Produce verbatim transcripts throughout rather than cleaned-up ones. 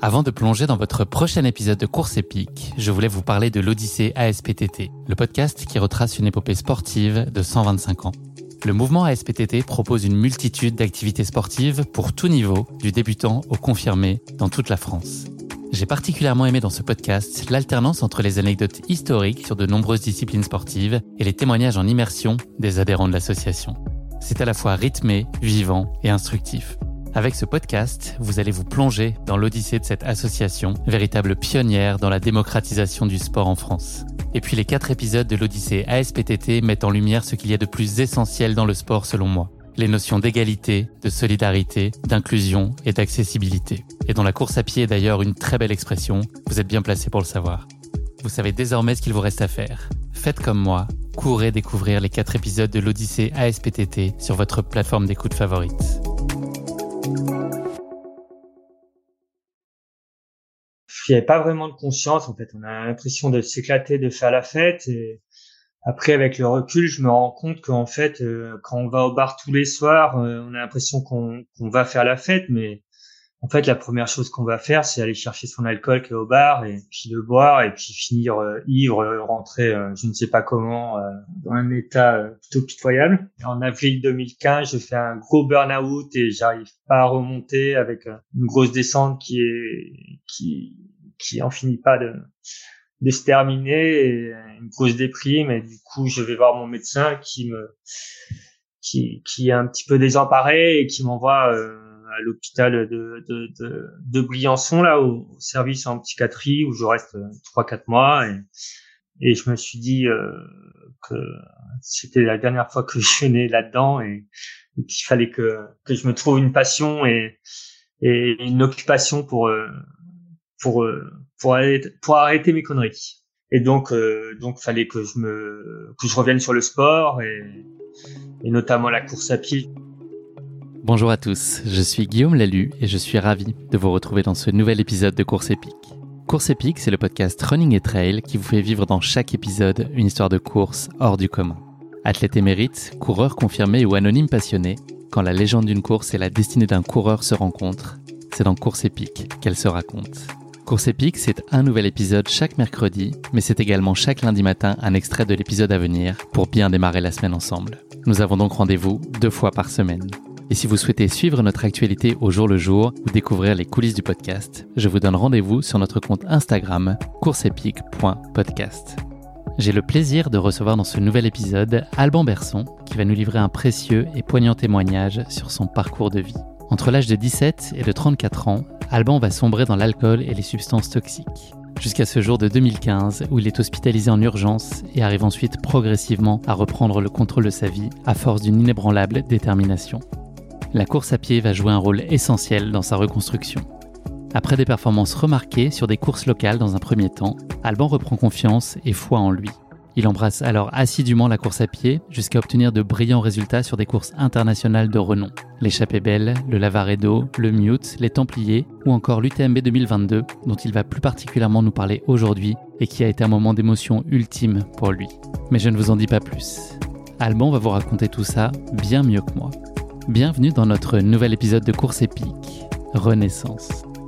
Avant de plonger dans votre prochain épisode de Course épique, je voulais vous parler de l'Odyssée A S P T T, le podcast qui retrace une épopée sportive de cent vingt-cinq ans. Le mouvement A S P T T propose une multitude d'activités sportives pour tout niveau, du débutant au confirmé, dans toute la France. J'ai particulièrement aimé dans ce podcast l'alternance entre les anecdotes historiques sur de nombreuses disciplines sportives et les témoignages en immersion des adhérents de l'association. C'est à la fois rythmé, vivant et instructif. Avec ce podcast, vous allez vous plonger dans l'odyssée de cette association, véritable pionnière dans la démocratisation du sport en France. Et puis les quatre épisodes de l'Odyssée A S P T T mettent en lumière ce qu'il y a de plus essentiel dans le sport selon moi. Les notions d'égalité, de solidarité, d'inclusion et d'accessibilité. Et dont la course à pied est d'ailleurs une très belle expression, vous êtes bien placé pour le savoir. Vous savez désormais ce qu'il vous reste à faire. Faites comme moi, courez découvrir les quatre épisodes de l'Odyssée A S P T T sur votre plateforme d'écoute favorite. Il n'y avait pas vraiment de conscience, en fait. On a l'impression de s'éclater, de faire la fête. Et après, avec le recul, je me rends compte qu'en fait, euh, quand on va au bar tous les soirs, euh, on a l'impression qu'on, qu'on va faire la fête. Mais en fait, la première chose qu'on va faire, c'est aller chercher son alcool qui est au bar et puis le boire et puis finir euh, ivre, euh, rentrer, euh, je ne sais pas comment, euh, dans un état euh, plutôt pitoyable. En avril deux mille quinze, je fais un gros burn-out et j'arrive pas à remonter avec euh, une grosse descente qui est qui qui en finit pas de de se terminer et une grosse déprime. Et du coup, je vais voir mon médecin qui me qui qui est un petit peu désemparé et qui m'envoie euh, à l'hôpital de, de, de, de Briançon, là, au, au service en psychiatrie, où je reste trois, quatre mois. Et, et je me suis dit euh, que c'était la dernière fois que je venais là-dedans et, et qu'il fallait que, que je me trouve une passion et, et une occupation pour, pour, pour, arrêter, pour arrêter mes conneries. Et donc, euh, donc, fallait que je me, que je revienne sur le sport et, et notamment la course à pied. Bonjour à tous, je suis Guillaume Lalu et je suis ravi de vous retrouver dans ce nouvel épisode de Course épique. Course épique, c'est le podcast Running et Trail qui vous fait vivre dans chaque épisode une histoire de course hors du commun. Athlète émérite, coureur confirmé ou anonyme passionné, quand la légende d'une course et la destinée d'un coureur se rencontrent, c'est dans Course épique qu'elle se raconte. Course épique, c'est un nouvel épisode chaque mercredi, mais c'est également chaque lundi matin un extrait de l'épisode à venir pour bien démarrer la semaine ensemble. Nous avons donc rendez-vous deux fois par semaine. Et si vous souhaitez suivre notre actualité au jour le jour ou découvrir les coulisses du podcast, je vous donne rendez-vous sur notre compte Instagram courseepique point podcast. J'ai le plaisir de recevoir dans ce nouvel épisode Alban Berson qui va nous livrer un précieux et poignant témoignage sur son parcours de vie. Entre l'âge de dix-sept et de trente-quatre ans, Alban va sombrer dans l'alcool et les substances toxiques. Jusqu'à ce jour de deux mille quinze où il est hospitalisé en urgence et arrive ensuite progressivement à reprendre le contrôle de sa vie à force d'une inébranlable détermination. La course à pied va jouer un rôle essentiel dans sa reconstruction. Après des performances remarquées sur des courses locales dans un premier temps, Alban reprend confiance et foi en lui. Il embrasse alors assidûment la course à pied jusqu'à obtenir de brillants résultats sur des courses internationales de renom. L'Échappée Belle, le Lavaredo, le Mute, les Templiers ou encore l'U T M B deux mille vingt-deux dont il va plus particulièrement nous parler aujourd'hui et qui a été un moment d'émotion ultime pour lui. Mais je ne vous en dis pas plus. Alban va vous raconter tout ça bien mieux que moi. Bienvenue dans notre nouvel épisode de Course épique, Renaissance.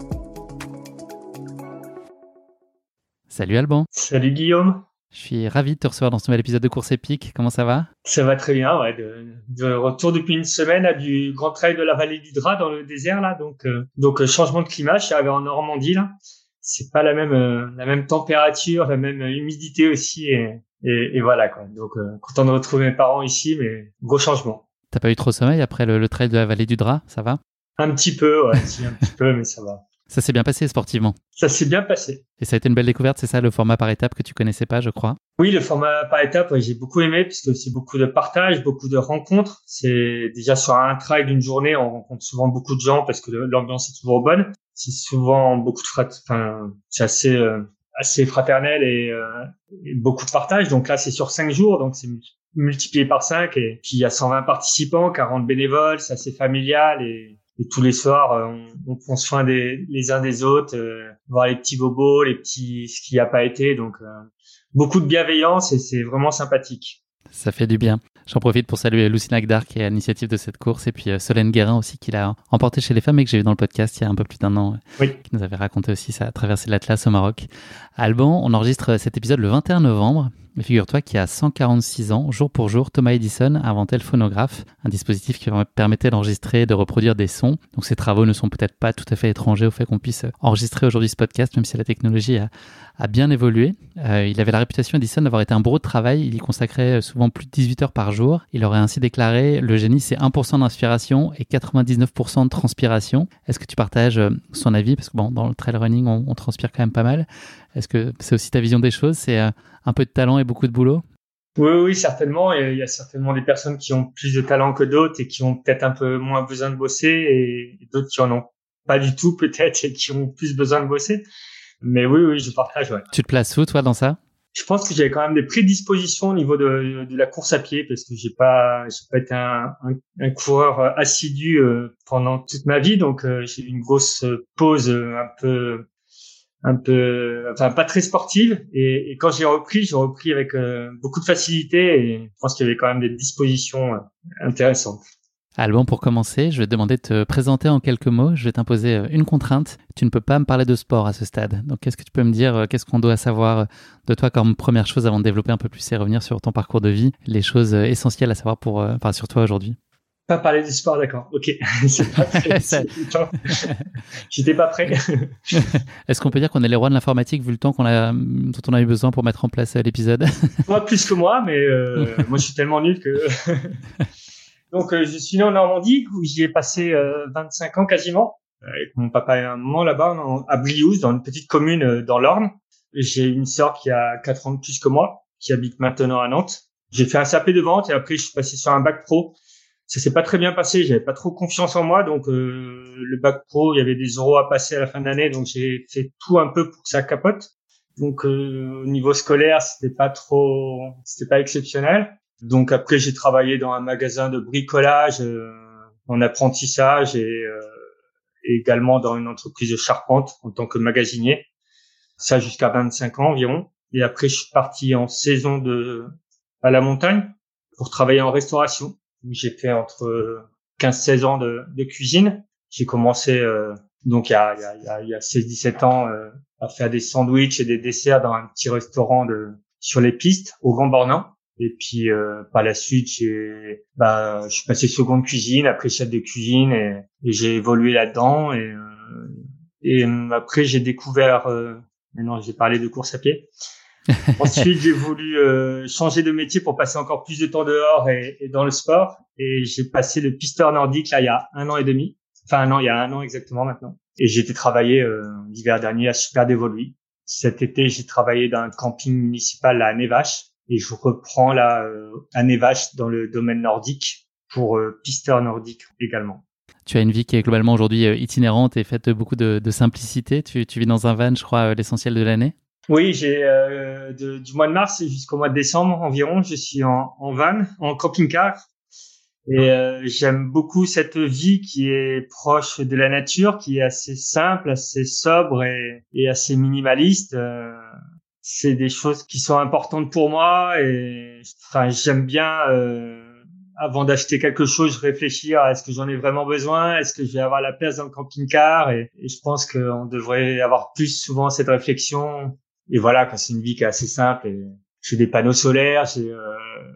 Salut Alban. Salut Guillaume. Je suis ravi de te recevoir dans ce nouvel épisode de Course épique. Comment ça va ? Ça va très bien, ouais. De, de retour depuis une semaine à du Grand Trail de la Vallée du Drap dans le désert là, donc euh, donc euh, changement de climat. Je suis arrivé en Normandie là. C'est pas la même euh, la même température, la même humidité aussi et et, et voilà quoi. Donc euh, content de retrouver mes parents ici, mais gros changement. T'as pas eu trop sommeil après le, le trail de la Vallée du Drap, ça va ? Un petit peu, ouais, si, un petit peu, mais ça va. Ça s'est bien passé sportivement ? Ça s'est bien passé. Et ça a été une belle découverte, c'est ça, le format par étapes que tu connaissais pas, je crois ? Oui, le format par étapes, ouais, j'ai beaucoup aimé puisque c'est beaucoup de partage, beaucoup de rencontres. C'est déjà sur un trail d'une journée, on rencontre souvent beaucoup de gens parce que l'ambiance est toujours bonne. C'est souvent beaucoup de frat... enfin, c'est assez euh, assez fraternel et, euh, et beaucoup de partage. Donc là, c'est sur cinq jours, donc c'est multiplié par cinq et puis il y a cent vingt participants, quarante bénévoles, c'est assez familial et, et tous les soirs on, on prend soin des les uns des autres, euh, voir les petits bobos, les petits ce qui a pas été, donc euh, beaucoup de bienveillance et c'est vraiment sympathique. Ça fait du bien. J'en profite pour saluer Lucie Nagdar qui est à l'initiative de cette course et puis euh, Solène Guérin aussi qui l'a emporté chez les femmes et que j'ai vu dans le podcast il y a un peu plus d'un an, oui. qui nous avait raconté aussi sa traversée de l'Atlas au Maroc. Alban, on enregistre cet épisode le vingt et un novembre. Mais figure-toi qu'il y a cent quarante-six ans, jour pour jour, Thomas Edison inventait le phonographe, un dispositif qui permettait d'enregistrer et de reproduire des sons. Donc ces travaux ne sont peut-être pas tout à fait étrangers au fait qu'on puisse enregistrer aujourd'hui ce podcast, même si la technologie a, a bien évolué. Euh, il avait la réputation, Edison, d'avoir été un bourreau de travail. Il y consacrait souvent plus de dix-huit heures par jour. Il aurait ainsi déclaré « Le génie, c'est un pour cent d'inspiration et quatre-vingt-dix-neuf pour cent de transpiration ». Est-ce que tu partages son avis? Parce que bon, dans le trail running, on, on transpire quand même pas mal. Est-ce que c'est aussi ta vision des choses? C'est euh, un peu de talent et beaucoup de boulot? Oui, oui, certainement. Et il y a certainement des personnes qui ont plus de talent que d'autres et qui ont peut-être un peu moins besoin de bosser et d'autres qui en ont pas du tout peut-être et qui ont plus besoin de bosser. Mais oui, oui, je partage, ouais. Tu te places où, toi, dans ça? Je pense que j'avais quand même des prédispositions au niveau de, de la course à pied parce que j'ai pas, j'ai pas été un, un, un coureur assidu pendant toute ma vie. Donc, j'ai eu une grosse pause un peu... un peu, enfin pas très sportive, et, et quand j'ai repris, j'ai repris avec euh, beaucoup de facilité, et je pense qu'il y avait quand même des dispositions euh, intéressantes. Alban, pour commencer, je vais te demander de te présenter en quelques mots. Je vais t'imposer une contrainte. Tu ne peux pas me parler de sport à ce stade. Donc, qu'est-ce que tu peux me dire? Qu'est-ce qu'on doit savoir de toi comme première chose avant de développer un peu plus et revenir sur ton parcours de vie, les choses essentielles à savoir pour, enfin, sur toi aujourd'hui? Pas parler du sport, d'accord. Ok. C'est pas très, Ça... J'étais pas prêt. Est-ce qu'on peut dire qu'on est les rois de l'informatique vu le temps qu'on a, dont on a eu besoin pour mettre en place l'épisode? Moi, plus que moi, mais euh, moi, je suis tellement nul que... Donc, euh, je suis né en Normandie, où j'y ai passé euh, vingt-cinq ans quasiment, avec mon papa et un moment là-bas, à Briouze, dans une petite commune euh, dans l'Orne. J'ai une sœur qui a quatre ans de plus que moi, qui habite maintenant à Nantes. J'ai fait un C A P de vente et après, je suis passé sur un bac pro. Ça s'est pas très bien passé, j'avais pas trop confiance en moi, donc euh, le bac pro, il y avait des oraux à passer à la fin de l'année, donc j'ai fait tout un peu pour que ça capote. Donc euh, au niveau scolaire, c'était pas trop, c'était pas exceptionnel. Donc après, j'ai travaillé dans un magasin de bricolage, euh, en apprentissage et, euh, et également dans une entreprise de charpente en tant que magasinier. Ça jusqu'à vingt-cinq ans environ. Et après, je suis parti en saison de à la montagne pour travailler en restauration. J'ai fait entre quinze seize ans de, de cuisine. J'ai commencé euh, donc il y a, il y a, il y a seize dix-sept ans euh, à faire des sandwichs et des desserts dans un petit restaurant de sur les pistes au Grand Bornand. Et puis euh, par la suite, j'ai bah je suis passé seconde cuisine, après chef de cuisine et, et j'ai évolué là-dedans et euh, et après j'ai découvert euh, maintenant j'ai parlé de course à pied. Ensuite, j'ai voulu euh, changer de métier pour passer encore plus de temps dehors et, et dans le sport. Et j'ai passé le pisteur nordique là il y a un an et demi. Enfin un an, il y a un an exactement maintenant. Et j'ai été travailler euh, l'hiver dernier à Super Dévoluy. Cet été, j'ai travaillé dans un camping municipal là, à Nevache. Et je reprends là euh, à Nevache dans le domaine nordique pour euh, pisteur nordique également. Tu as une vie qui est globalement aujourd'hui itinérante et faite de beaucoup de, de simplicité. Tu, tu vis dans un van, je crois, l'essentiel de l'année. Oui, j'ai euh, de, du mois de mars jusqu'au mois de décembre environ, je suis en, en van, en camping-car, et euh, j'aime beaucoup cette vie qui est proche de la nature, qui est assez simple, assez sobre et, et assez minimaliste. Euh, c'est des choses qui sont importantes pour moi et enfin j'aime bien. Euh, avant d'acheter quelque chose, réfléchir à est-ce que j'en ai vraiment besoin, est-ce que je vais avoir la place dans le camping-car, et, et je pense qu'on devrait avoir plus souvent cette réflexion. Et voilà, quand c'est une vie qui est assez simple, et j'ai des panneaux solaires, j'ai euh,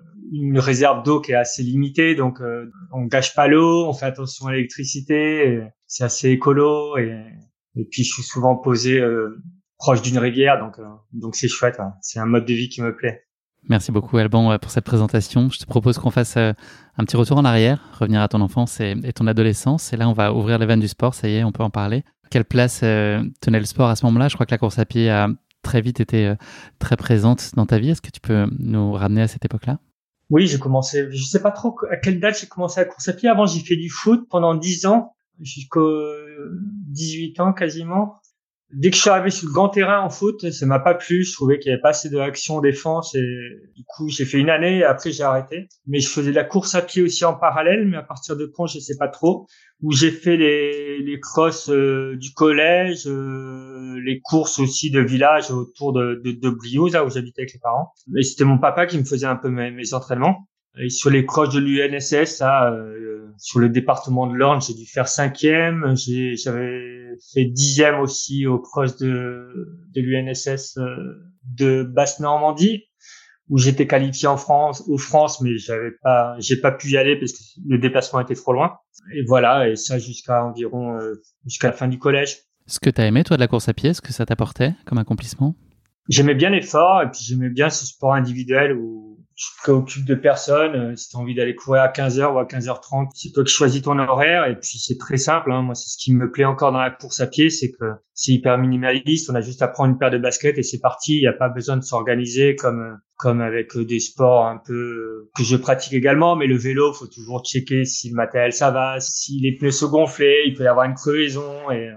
une réserve d'eau qui est assez limitée, donc euh, on gâche pas l'eau, on fait attention à l'électricité, c'est assez écolo, et, et puis je suis souvent posé euh, proche d'une rivière, donc euh, donc c'est chouette, hein. C'est un mode de vie qui me plaît. Merci beaucoup Alban pour cette présentation. Je te propose qu'on fasse un petit retour en arrière, revenir à ton enfance et, et ton adolescence. Et là, on va ouvrir les vannes du sport, ça y est, on peut en parler. Quelle place euh, tenait le sport à ce moment-là? Je crois que la course à pied a très vite été euh, très présente dans ta vie. Est-ce que tu peux nous ramener à cette époque-là? Oui, j'ai commencé, je sais pas trop à quelle date j'ai commencé la course à pied. Avant, j'ai fait du foot pendant dix ans, jusqu'aux dix-huit ans quasiment. Dès que je suis arrivé sur le grand terrain en foot, ça m'a pas plu. Je trouvais qu'il y avait pas assez de action défense et du coup, j'ai fait une année et après j'ai arrêté. Mais je faisais de la course à pied aussi en parallèle, mais à partir de quand, je sais pas trop. Où j'ai fait les, les crosses euh, du collège, euh, les courses aussi de village autour de, de, de Briouze, là où j'habitais avec les parents. Et c'était mon papa qui me faisait un peu mes, mes entraînements. Et sur les proches de l'U N S S, là, euh, sur le département de l'Orne, j'ai dû faire cinquième. J'ai, j'avais fait dixième aussi aux proches de, de l'U N S S euh, de Basse-Normandie, où j'étais qualifié en France, aux France, mais j'avais pas, j'ai pas pu y aller parce que le déplacement était trop loin. Et voilà, et ça jusqu'à environ, euh, jusqu'à la fin du collège. Ce que tu as aimé, toi, de la course à pied, ce que ça t'apportait comme accomplissement? J'aimais bien l'effort, et puis j'aimais bien ce sport individuel où tu te préoccupes de personne. Euh, Si tu as envie d'aller courir à quinze heures ou à quinze heures trente, c'est toi qui choisis ton horaire. Et puis c'est très simple, hein. Moi, c'est ce qui me plaît encore dans la course à pied, c'est que c'est hyper minimaliste. On a juste à prendre une paire de baskets et c'est parti. Il n'y a pas besoin de s'organiser comme comme avec des sports un peu que je pratique également. Mais le vélo, faut toujours checker si le matériel ça va, si les pneus sont gonflés, il peut y avoir une crevaison et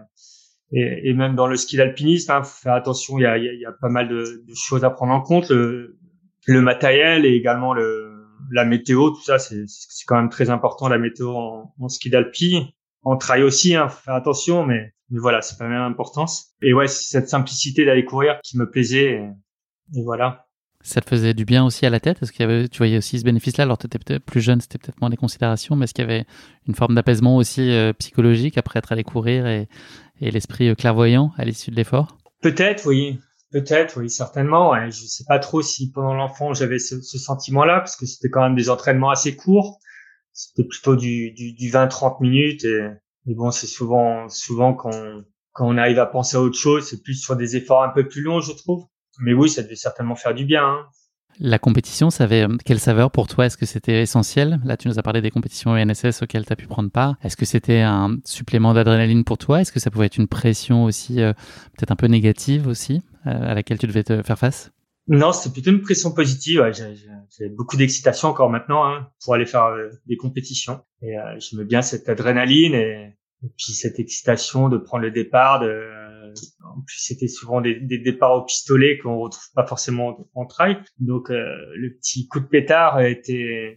Et, et même dans le ski d'alpinisme, hein, faut faire attention. Il y a, il y a, il y a pas mal de, de choses à prendre en compte. Le, le matériel et également le, la météo, tout ça, c'est, c'est quand même très important. La météo en, en ski d'alpi, en trail aussi, hein, faut faire attention. Mais, mais voilà, c'est pas même importance. Et ouais, c'est cette simplicité d'aller courir qui me plaisait. Et, et voilà. Ça te faisait du bien aussi à la tête? Est-ce qu'il y avait, tu voyais aussi ce bénéfice-là? Alors, tu étais peut-être plus jeune, c'était peut-être moins des considérations, mais est-ce qu'il y avait une forme d'apaisement aussi euh, psychologique après être allé courir et, et l'esprit euh, clairvoyant à l'issue de l'effort? Peut-être, oui. Peut-être, oui, certainement. Ouais. Je sais pas trop si pendant l'enfant j'avais ce, ce sentiment-là, parce que c'était quand même des entraînements assez courts. C'était plutôt du, du, du vingt trente minutes. Et, et bon, c'est souvent, souvent quand, quand on arrive à penser à autre chose, c'est plus sur des efforts un peu plus longs, je trouve. Mais oui, ça devait certainement faire du bien, hein. La compétition, ça avait euh, quelle saveur pour toi? Est-ce que c'était essentiel? Là, tu nous as parlé des compétitions U N S S auxquelles tu as pu prendre part. Est-ce que c'était un supplément d'adrénaline pour toi? Est-ce que ça pouvait être une pression aussi, euh, peut-être un peu négative aussi, euh, à laquelle tu devais te faire face? Non, c'était plutôt une pression positive. Ouais, j'ai, j'ai, j'ai beaucoup d'excitation encore maintenant, hein, pour aller faire euh, des compétitions. Et euh, j'aime bien cette adrénaline et, et puis cette excitation de prendre le départ. De, en plus, c'était souvent des, des départs au pistolet qu'on retrouve pas forcément en trail. Donc, euh, le petit coup de pétard était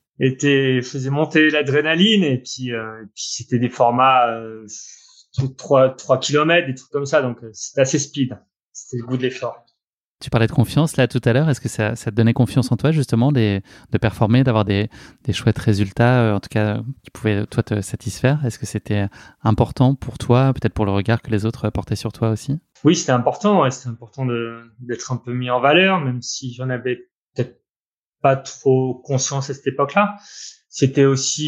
était faisait monter l'adrénaline et puis, euh, et puis c'était des formats euh, trois trois kilomètres, des trucs comme ça. Donc, euh, c'était assez speed. C'était le goût de l'effort. Tu parlais de confiance là tout à l'heure. Est-ce que ça, ça te donnait confiance en toi justement des, de performer, d'avoir des, des chouettes résultats, euh, en tout cas qui pouvaient toi te satisfaire? Est-ce que c'était important pour toi, peut-être pour le regard que les autres portaient sur toi aussi? Oui, c'était important. Ouais, c'était important de d'être un peu mis en valeur, même si j'en avais peut-être pas trop conscience à cette époque-là. C'était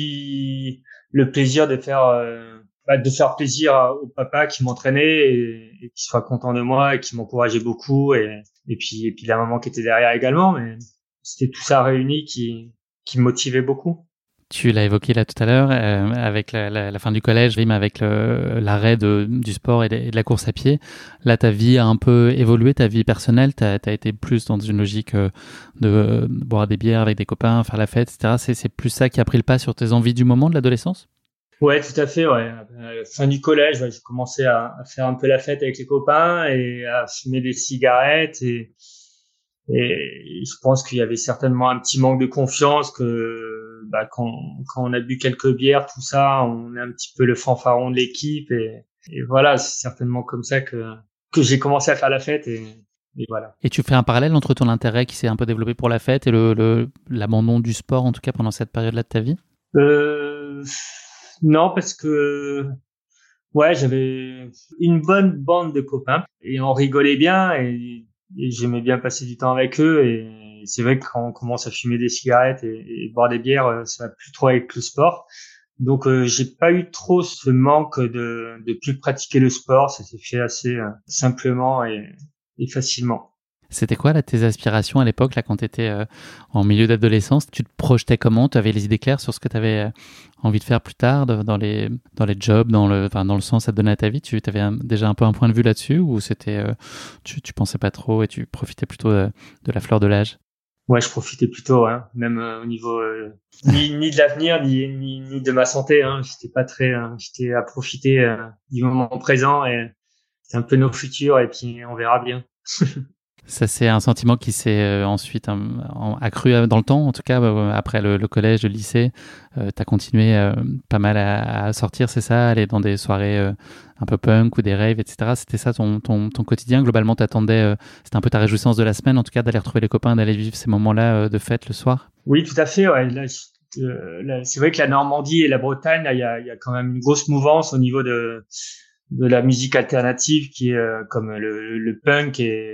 aussi le plaisir de faire euh, bah, de faire plaisir au papa qui m'entraînait et, et qui soit content de moi et qui m'encourageait beaucoup et et puis et puis la maman qui était derrière également. Mais c'était tout ça réuni qui qui me motivait beaucoup. Tu l'as évoqué là tout à l'heure, euh, avec la, la, la fin du collège, rime avec le, l'arrêt de, du sport et de, et de la course à pied. Là, ta vie a un peu évolué, ta vie personnelle, tu as été plus dans une logique euh, de euh, boire des bières avec des copains, faire la fête, et cetera. C'est, c'est plus ça qui a pris le pas sur tes envies du moment de l'adolescence? Ouais, tout à fait. Ouais. Euh, fin du collège, ouais, j'ai commencé à, à faire un peu la fête avec les copains et à fumer des cigarettes et Et je pense qu'il y avait certainement un petit manque de confiance que bah, quand, quand on a bu quelques bières, tout ça, on est un petit peu le fanfaron de l'équipe. Et, et voilà, c'est certainement comme ça que, que j'ai commencé à faire la fête. Et, et voilà. Et tu fais un parallèle entre ton intérêt qui s'est un peu développé pour la fête et le, le, l'abandon du sport, en tout cas pendant cette période-là de ta vie? Euh, non, parce que ouais, j'avais une bonne bande de copains et on rigolait bien et, et j'aimais bien passer du temps avec eux. Et c'est vrai que quand on commence à fumer des cigarettes et, et boire des bières, euh, ça va plus trop avec le sport. Donc, euh, j'ai pas eu trop ce manque de de plus pratiquer le sport. Ça s'est fait assez euh, simplement et, et facilement. C'était quoi là, tes aspirations à l'époque, là, quand tu étais euh, en milieu d'adolescence? Tu te projetais comment? Tu avais les idées claires sur ce que tu avais euh, envie de faire plus tard, de, dans, les, dans les jobs, dans le, enfin, dans le sens à te donner à ta vie? Tu avais un, déjà un peu un point de vue là-dessus ou c'était, euh, tu, tu pensais pas trop et tu profitais plutôt de, de la fleur de l'âge? Ouais, je profitais plutôt, hein, même euh, au niveau euh, ni, ni de l'avenir ni, ni ni de ma santé. Hein, j'étais pas très, hein, j'étais à profiter euh, du moment présent et c'est un peu nos futurs et puis on verra bien. Ça, c'est un sentiment qui s'est euh, ensuite um, en- accru euh, dans le temps, en tout cas, euh, après le, le collège, le lycée. Euh, tu as continué euh, pas mal à, à sortir, c'est ça, aller dans des soirées euh, un peu punk ou des raves, et cetera. C'était ça ton, ton, ton quotidien. Globalement, tu attendais, euh, c'était un peu ta réjouissance de la semaine, en tout cas, d'aller retrouver les copains, d'aller vivre ces moments-là euh, de fête le soir. Oui, tout à fait. Ouais. Là, je- euh, là, c'est vrai que la Normandie et la Bretagne, là, il y a, il y a quand même une grosse mouvance au niveau de de la musique alternative qui est euh, comme le, le punk et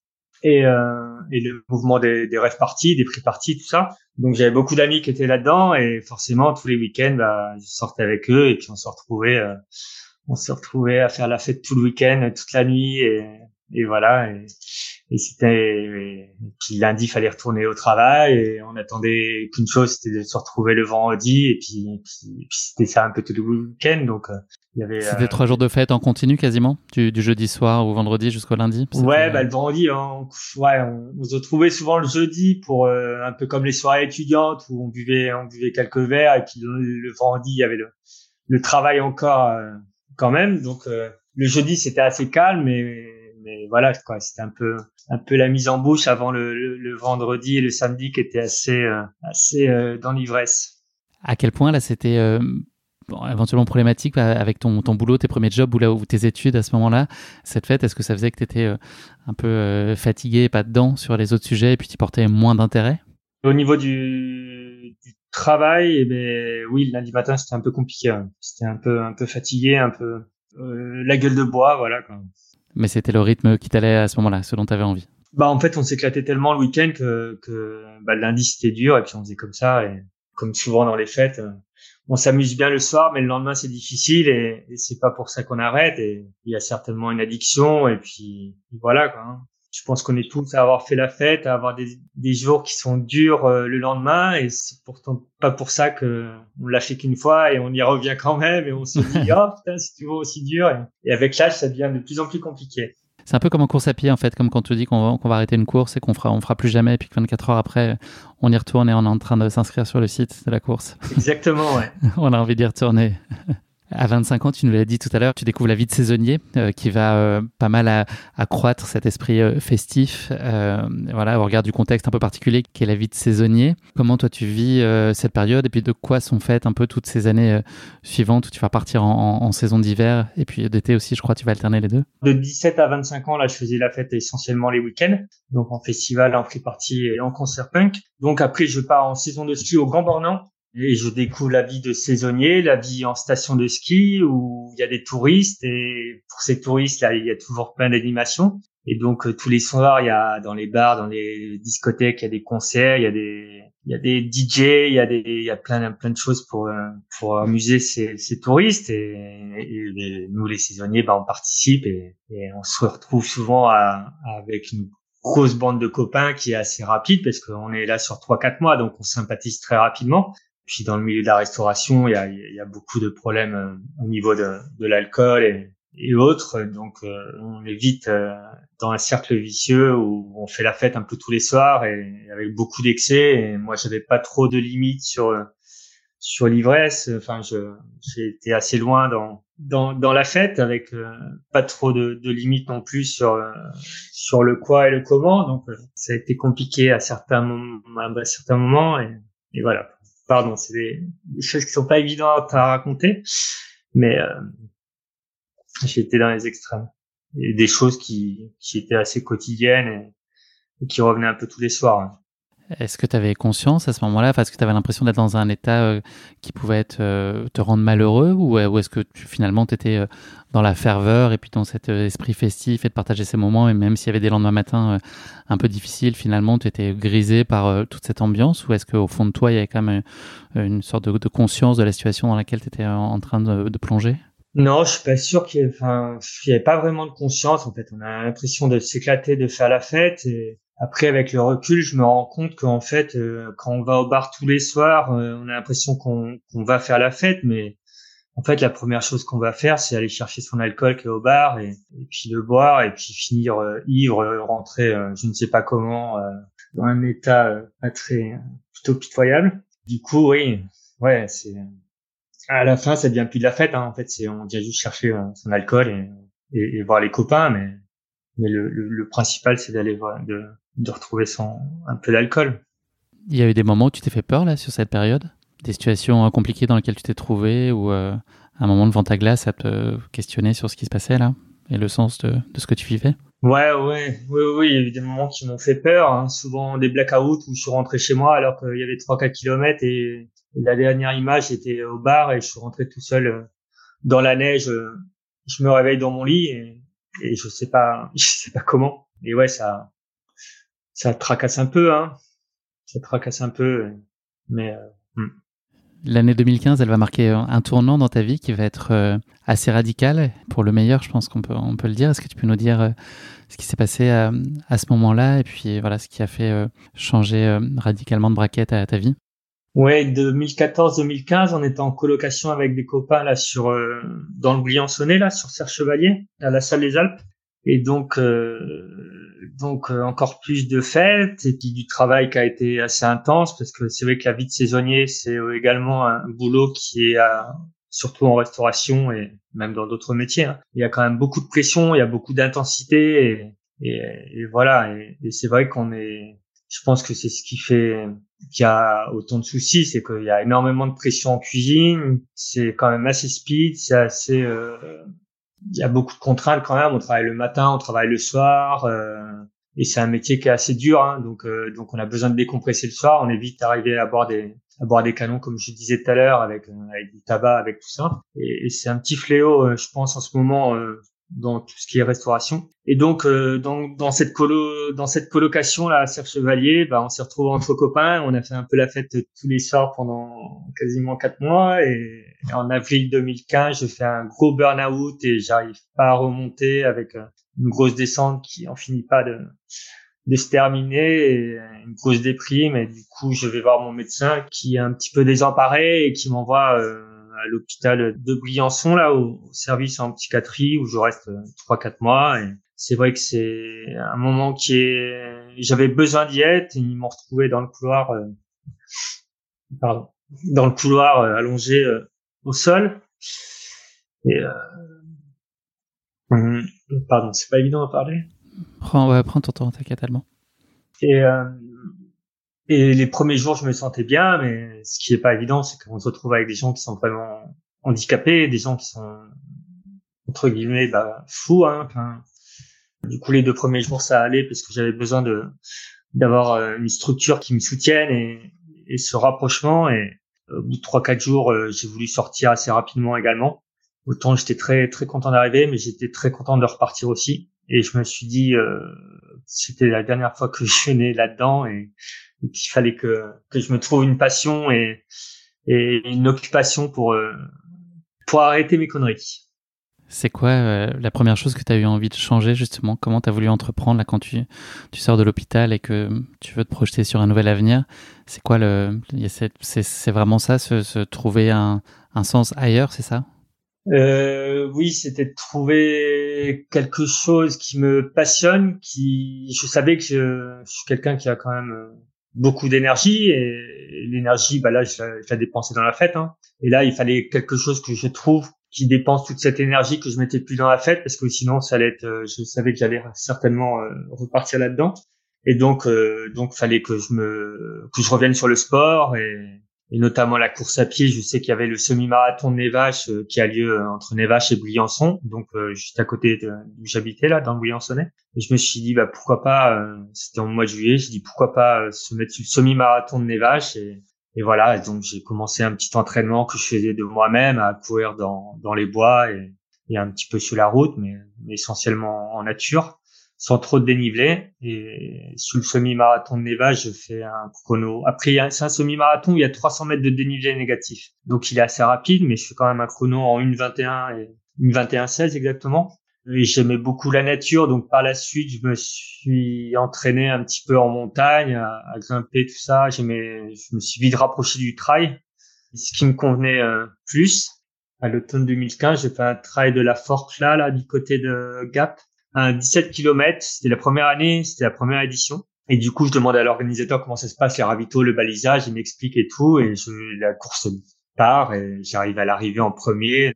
et, euh, et le mouvement des, des rave parties, des free parties, tout ça. Donc j'avais beaucoup d'amis qui étaient là-dedans et forcément tous les week-ends, bah, je sortais avec eux et puis on se retrouvait, euh, on se retrouvait à faire la fête tout le week-end, toute la nuit et, et voilà. Et, et c'était, et puis lundi, il fallait retourner au travail et on attendait qu'une chose, c'était de se retrouver le vendredi et puis, et puis, et puis c'était ça un peu tout le week-end. Donc euh, il y avait C'était euh, trois jours de fête en continu quasiment, du, du jeudi soir au vendredi jusqu'au lundi. C'était, Ouais, euh, bah le vendredi, on, ouais, on, on se retrouvait souvent le jeudi pour euh, un peu comme les soirées étudiantes où on buvait, on buvait quelques verres et puis le, le vendredi il y avait le, le travail encore euh, quand même. Donc euh, le jeudi c'était assez calme, mais mais voilà quoi, c'était un peu un peu la mise en bouche avant le, le, le vendredi et le samedi qui était assez euh, assez euh, dans l'ivresse. À quel point là c'était euh, bon, éventuellement problématique bah, avec ton, ton boulot, tes premiers jobs ou, là, ou tes études à ce moment-là, cette fête, est-ce que ça faisait que tu étais euh, un peu euh, fatigué, pas dedans sur les autres sujets et puis tu portais moins d'intérêt? Au niveau du, du travail, eh ben oui, le lundi matin c'était un peu compliqué. Hein. C'était un peu un peu fatigué, un peu euh, la gueule de bois, voilà quoi. Mais c'était le rythme qui t'allait à ce moment-là, ce dont tu avais envie. Bah en fait on s'éclatait tellement le week-end que que bah, le lundi c'était dur et puis on faisait comme ça et comme souvent dans les fêtes, euh, on s'amuse bien le soir, mais le lendemain c'est difficile et, et c'est pas pour ça qu'on arrête et il y a certainement une addiction et puis voilà quoi. Hein. Je pense qu'on est tous à avoir fait la fête, à avoir des, des jours qui sont durs euh, le lendemain et c'est pourtant pas pour ça que on l'a fait qu'une fois et on y revient quand même et on se dit oh putain c'est toujours aussi dur et, et avec l'âge ça devient de plus en plus compliqué. C'est un peu comme en course à pied en fait, comme quand on te dit qu'on va, qu'on va arrêter une course et qu'on fera, on fera plus jamais et puis que vingt-quatre heures après on y retourne et on est en train de s'inscrire sur le site de la course. Exactement, ouais. On a envie d'y retourner. À vingt-cinq ans, tu nous l'as dit tout à l'heure, tu découvres la vie de saisonnier euh, qui va euh, pas mal à- accroître cet esprit euh, festif, euh, voilà, au regard du contexte un peu particulier qu'est la vie de saisonnier. Comment toi tu vis euh, cette période et puis de quoi sont faites un peu toutes ces années euh, suivantes où tu vas partir en, en, en saison d'hiver et puis d'été aussi, je crois, tu vas alterner les deux. De dix-sept à vingt-cinq ans, là, je faisais la fête essentiellement les week-ends, donc en festival, en free party et en concert punk. Donc après, je pars en saison de ski au Grand Bornand et je découvre la vie de saisonnier, la vie en station de ski où il y a des touristes et pour ces touristes, là, il y a toujours plein d'animations. Et donc euh, tous les soirs, il y a dans les bars, dans les discothèques, il y a des concerts, il y a des il y a des D J, il y a des il y a plein plein de choses pour euh, pour amuser ces, ces touristes et, et les- nous les saisonniers, bah on participe et, et on se retrouve souvent à, avec une grosse bande de copains qui est assez rapide parce qu'on est là sur trois quatre mois donc on sympathise très rapidement. Puis dans le milieu de la restauration, il y a il y a beaucoup de problèmes euh, au niveau de de l'alcool et et autres. Donc, euh, on est vite euh, dans un cercle vicieux où on fait la fête un peu tous les soirs et avec beaucoup d'excès. Et moi, j'avais pas trop de limites sur sur l'ivresse. Enfin, je j'ai été assez loin dans dans dans la fête avec euh, pas trop de, de limites non plus sur euh, sur le quoi et le comment. Donc, euh, ça a été compliqué à certains moments, à certains moments. Et, et voilà. Pardon, c'est des, des choses qui sont pas évidentes à raconter, mais euh, j'ai été dans les extrêmes. Et des choses qui, qui étaient assez quotidiennes et, et qui revenaient un peu tous les soirs. Hein. Est-ce que tu avais conscience à ce moment-là, enfin, est-ce que tu avais l'impression d'être dans un état euh, qui pouvait être, euh, te rendre malheureux ou, euh, ou est-ce que tu, finalement tu étais euh, dans la ferveur et puis dans cet euh, esprit festif et de partager ces moments et même s'il y avait des lendemains matins euh, un peu difficiles, finalement tu étais grisé par euh, toute cette ambiance ou est-ce qu'au fond de toi il y avait quand même euh, une sorte de, de conscience de la situation dans laquelle tu étais en, en train de, de plonger? Non, je suis pas sûr qu'il y ait, enfin, il y avait pas vraiment de conscience. En fait, on a l'impression de s'éclater, de faire la fête. Et après, avec le recul, je me rends compte qu'en fait, euh, quand on va au bar tous les soirs, euh, on a l'impression qu'on qu'on va faire la fête, mais en fait, la première chose qu'on va faire, c'est aller chercher son alcool qui est au bar et, et puis le boire et puis finir euh, ivre, euh, rentrer, euh, je ne sais pas comment, euh, dans un état euh, pas très, plutôt pitoyable. Du coup, oui, ouais, c'est à la fin, ça devient plus de la fête. Hein. En fait, c'est on vient juste chercher euh, son alcool et, et, et voir les copains, mais mais le, le, le principal, c'est d'aller voir, de, de retrouver son, un peu d'alcool. Il y a eu des moments où tu t'es fait peur là sur cette période? Des situations euh, compliquées dans lesquelles tu t'es trouvé ou euh, un moment devant ta glace à te questionner sur ce qui se passait là et le sens de, de ce que tu vivais? Ouais, ouais, oui, oui, il y a eu des moments qui m'ont fait peur, hein. Souvent des blackouts où je suis rentré chez moi alors qu'il y avait trois quatre kilomètres et, et la dernière image, j'étais au bar et je suis rentré tout seul euh, dans la neige. euh, Je me réveille dans mon lit et, et je sais pas, je sais pas comment. Et ouais, ça, ça tracasse un peu, hein. Ça tracasse un peu, mais euh, hmm. L'année deux mille quinze, elle va marquer un tournant dans ta vie qui va être euh, assez radical, pour le meilleur, je pense qu'on peut, on peut le dire. Est-ce que tu peux nous dire euh, ce qui s'est passé à, à ce moment-là et puis voilà ce qui a fait euh, changer euh, radicalement de braquette à ta vie? Ouais, deux mille quatorze deux mille quinze, on était en colocation avec des copains là sur euh, dans le Briançonnais là, sur Serre-Chevalier, à la Salle des Alpes. Et donc, euh, donc euh, encore plus de fêtes et puis du travail qui a été assez intense parce que c'est vrai que la vie de saisonnier, c'est également un boulot qui est à, surtout en restauration et même dans d'autres métiers, hein. Il y a quand même beaucoup de pression, il y a beaucoup d'intensité et, et, et voilà. Et, et c'est vrai qu'on est, je pense que c'est ce qui fait qu'il y a autant de soucis, c'est qu'il y a énormément de pression en cuisine, c'est quand même assez speed, c'est assez euh, il y a beaucoup de contraintes quand même. On travaille le matin, on travaille le soir, euh, et c'est un métier qui est assez dur, hein. Donc, euh, donc on a besoin de décompresser le soir. On évite d'arriver à boire des, à boire des canons, comme je disais tout à l'heure, avec, euh, avec du tabac, avec tout ça. Et, et c'est un petit fléau, euh, je pense, en ce moment, euh, dans tout ce qui est restauration. Et donc, euh, dans, dans cette colo, dans cette colocation là à Serre-Chevalier, bah, on s'est retrouvés entre copains. On a fait un peu la fête tous les soirs pendant quasiment quatre mois. Et, et en avril deux mille quinze, je fais un gros burn-out et j'arrive pas à remonter avec euh, une grosse descente qui en finit pas de, de se terminer et une grosse déprime. Et du coup, je vais voir mon médecin qui est un petit peu désemparé et qui m'envoie euh, à l'hôpital de Briançon, là, au, au service en psychiatrie où je reste trois quatre mois. Et c'est vrai que c'est un moment qui est, j'avais besoin d'y être et ils m'ont retrouvé dans le couloir, euh... pardon, dans le couloir euh, allongé euh, au sol. Et, euh... hum, pardon, c'est pas évident à parler. Prends, ouais, prends ton temps, t'inquiète, allemand. Et, euh... Et les premiers jours, je me sentais bien, mais ce qui est pas évident, c'est qu'on se retrouve avec des gens qui sont vraiment handicapés, des gens qui sont, entre guillemets, bah, fous, hein. Enfin, du coup, les deux premiers jours, ça allait parce que j'avais besoin de, d'avoir une structure qui me soutienne et, et ce rapprochement. Et au bout de trois, quatre jours, j'ai voulu sortir assez rapidement également. Autant j'étais très, très content d'arriver, mais j'étais très content de repartir aussi. Et je me suis dit, euh, c'était la dernière fois que je venais là-dedans et, et qu'il fallait que, que je me trouve une passion et, et une occupation pour, euh, pour arrêter mes conneries. C'est quoi euh, la première chose que tu as eu envie de changer justement? Comment tu as voulu entreprendre là quand tu, tu sors de l'hôpital et que tu veux te projeter sur un nouvel avenir? C'est quoi le, c'est, c'est, c'est vraiment ça, se, se trouver un, un sens ailleurs, c'est ça? Euh, oui, c'était de trouver quelque chose qui me passionne, qui, je savais que je, je suis quelqu'un qui a quand même beaucoup d'énergie et l'énergie, bah là, je la, je la dépensais dans la fête, hein. Et là, il fallait quelque chose que je trouve qui dépense toute cette énergie que je mettais plus dans la fête parce que sinon, ça allait être, je savais que j'allais certainement euh, repartir là-dedans. Et donc, euh, donc, fallait que je me, que je revienne sur le sport et, et notamment la course à pied. Je sais qu'il y avait le semi-marathon de Névache euh, qui a lieu euh, entre Névache et Briançon, donc euh, juste à côté de, d'où j'habitais là, dans le Briançonnais. Et je me suis dit, bah pourquoi pas, euh, c'était en mois de juillet, j'ai dit pourquoi pas euh, se mettre sur le semi-marathon de Névache et, et voilà. Et donc j'ai commencé un petit entraînement que je faisais de moi-même à courir dans dans les bois et, et un petit peu sur la route, mais, mais essentiellement en nature, sans trop de dénivelé. Et sur le semi-marathon de Névache, je fais un chrono. Après, c'est un semi-marathon où il y a trois cents mètres de dénivelé négatif. Donc, il est assez rapide, mais je fais quand même un chrono en une vingt et un et une vingt et un seize exactement. Et j'aimais beaucoup la nature. Donc, par la suite, je me suis entraîné un petit peu en montagne, à, à grimper, tout ça. J'aimais, je me suis vite rapproché du trail, ce qui me convenait euh, plus. À l'automne deux mille quinze, j'ai fait un trail de la Forclaz, là, du côté de Gap. Un dix-sept kilomètres, c'était la première année, c'était la première édition. Et du coup, je demande à l'organisateur comment ça se passe, les ravitaux, le balisage, il m'explique et tout. Et je, la course part et j'arrive à l'arrivée en premier.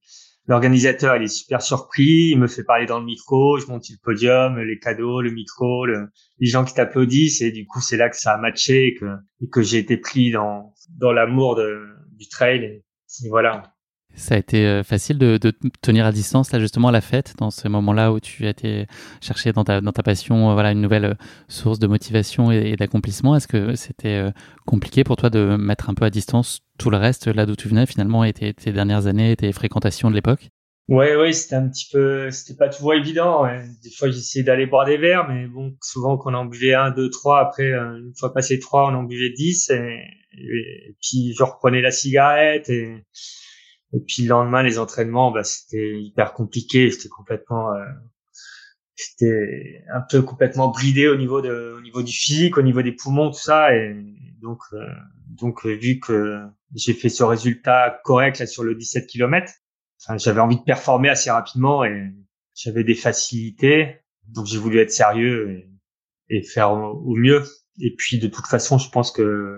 l'organisateur, il est super surpris, il me fait parler dans le micro, je monte sur le podium, les cadeaux, le micro, le, les gens qui t'applaudissent, et du coup, c'est là que ça a matché et que, et que j'ai été pris dans, dans l'amour de, du trail, et, et voilà. Ça a été facile de, de tenir à distance, là, justement, à la fête, dans ce moment-là où tu as été chercher dans ta, dans ta passion, voilà, une nouvelle source de motivation et, et d'accomplissement. Est-ce que c'était compliqué pour toi de mettre un peu à distance tout le reste, là d'où tu venais, finalement, et tes, tes dernières années, tes fréquentations de l'époque? Ouais, ouais, c'était un petit peu, c'était pas toujours évident. Ouais. Des fois, j'essayais d'aller boire des verres, mais bon, souvent, quand on en buvait un, deux, trois, après, une fois passé trois, on en buvait dix, et, et, et puis je reprenais la cigarette, et, et puis le lendemain, les entraînements, bah, c'était hyper compliqué. J'étais complètement, euh, j'étais un peu complètement bridé au niveau de, au niveau du physique, au niveau des poumons, tout ça, et donc, euh, donc, vu que j'ai fait ce résultat correct là sur le dix-sept kilomètres. Enfin, j'avais envie de performer assez rapidement et j'avais des facilités, donc j'ai voulu être sérieux et, et faire au, au mieux. Et puis de toute façon, je pense que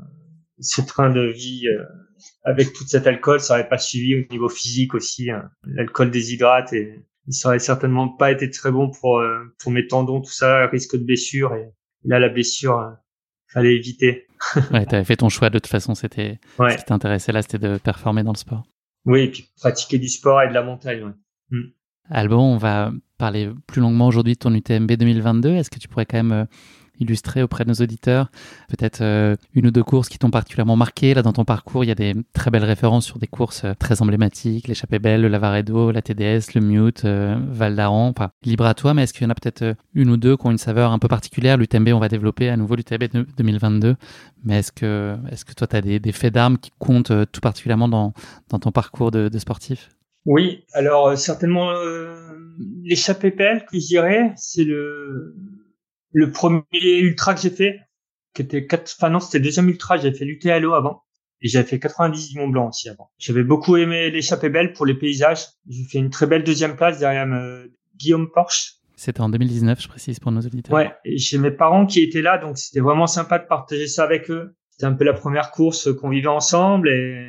ce train de vie euh, avec tout cet alcool, ça aurait pas suivi au niveau physique aussi. Hein. L'alcool déshydrate et ça aurait certainement pas été très bon pour euh, pour mes tendons, tout ça, risque de blessure. Et là, la blessure, euh, fallait éviter. Ouais, t'avais fait ton choix de toute façon. C'était ouais. Ce qui t'intéressait là, c'était de performer dans le sport. Oui, et puis pratiquer du sport et de la montagne. Ouais. Mm. Alban, on va parler plus longuement aujourd'hui de ton U T M B deux mille vingt-deux. Est-ce que tu pourrais quand même euh, illustrer auprès de nos auditeurs peut-être euh, une ou deux courses qui t'ont particulièrement marqué? Là, dans ton parcours, il y a des très belles références sur des courses euh, très emblématiques, l'échappée belle, le Lavaredo, la T D S, le Mute, euh, Val d'Aran. Enfin, libre à toi, mais est-ce qu'il y en a peut-être euh, une ou deux qui ont une saveur un peu particulière? L'U T M B, on va développer à nouveau l'U T M B deux mille vingt-deux. Mais est-ce que, est-ce que toi, tu as des, des faits d'armes qui comptent euh, tout particulièrement dans, dans ton parcours de, de sportif? Oui, alors euh, certainement euh, l'échappée belle que je dirais, c'est le le premier ultra que j'ai fait, qui était quatre, enfin non, c'était le deuxième ultra, j'avais fait l'U T L O avant et j'avais fait quatre-vingt-dix Mont Blanc aussi avant. J'avais beaucoup aimé l'échappée belle pour les paysages. J'ai fait une très belle deuxième place derrière euh, Guillaume Porche. C'était en deux mille dix-neuf, je précise pour nos auditeurs. Ouais, et j'ai mes parents qui étaient là, donc c'était vraiment sympa de partager ça avec eux. C'était un peu la première course qu'on vivait ensemble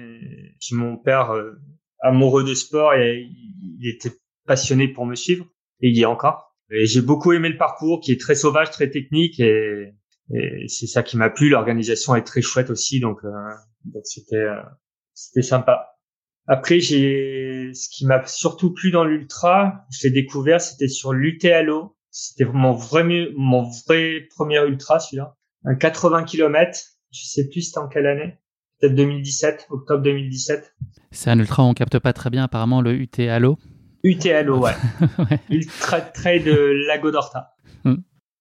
et puis mon père euh, amoureux de sport et il était passionné pour me suivre et il y est encore. Et j'ai beaucoup aimé le parcours qui est très sauvage, très technique et, et c'est ça qui m'a plu. L'organisation est très chouette aussi, donc, euh, donc c'était euh, c'était sympa. Après, j'ai ce qui m'a surtout plu dans l'ultra, je l'ai découvert, c'était sur l'U T L O. C'était mon vrai mon vrai premier ultra, celui-là, un quatre-vingts kilomètres. Je sais plus c'était en quelle année. Peut-être deux mille dix-sept, octobre deux mille dix-sept. C'est un ultra, on capte pas très bien apparemment le U T L O. U T L O, ouais. ouais. Ultra Trail de Lago d'Horta. Mm.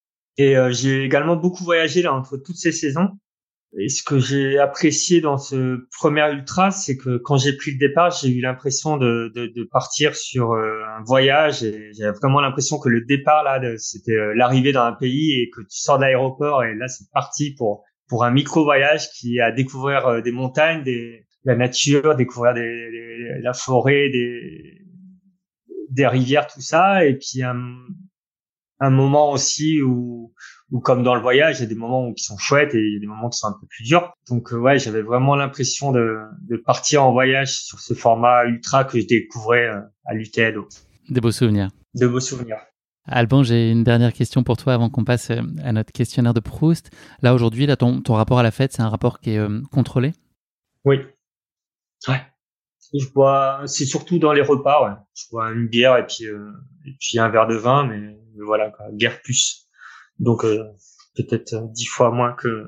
Et euh, j'ai également beaucoup voyagé là entre toutes ces saisons. Et ce que j'ai apprécié dans ce premier ultra, c'est que quand j'ai pris le départ, j'ai eu l'impression de, de, de partir sur euh, un voyage. Et j'avais vraiment l'impression que le départ là, de, c'était euh, l'arrivée dans un pays et que tu sors de l'aéroport et là c'est parti pour pour un micro voyage qui est à découvrir euh, des montagnes, des la nature, découvrir des, des la forêt, des des rivières, tout ça, et puis un, un moment aussi où, où comme dans le voyage, il y a des moments où qui sont chouettes et il y a des moments qui sont un peu plus durs. Donc euh, ouais, j'avais vraiment l'impression de, de partir en voyage sur ce format ultra que je découvrais euh, à l'U T L O. Des beaux souvenirs. De beaux souvenirs. Alban, j'ai une dernière question pour toi avant qu'on passe à notre questionnaire de Proust. Là aujourd'hui, là, ton, ton rapport à la fête, c'est un rapport qui est euh, contrôlé? Oui. Ouais. Je bois, c'est surtout dans les repas, ouais. Je bois une bière et puis euh, et puis un verre de vin, mais, mais voilà, quoi, bière plus. Donc euh, peut-être dix fois moins que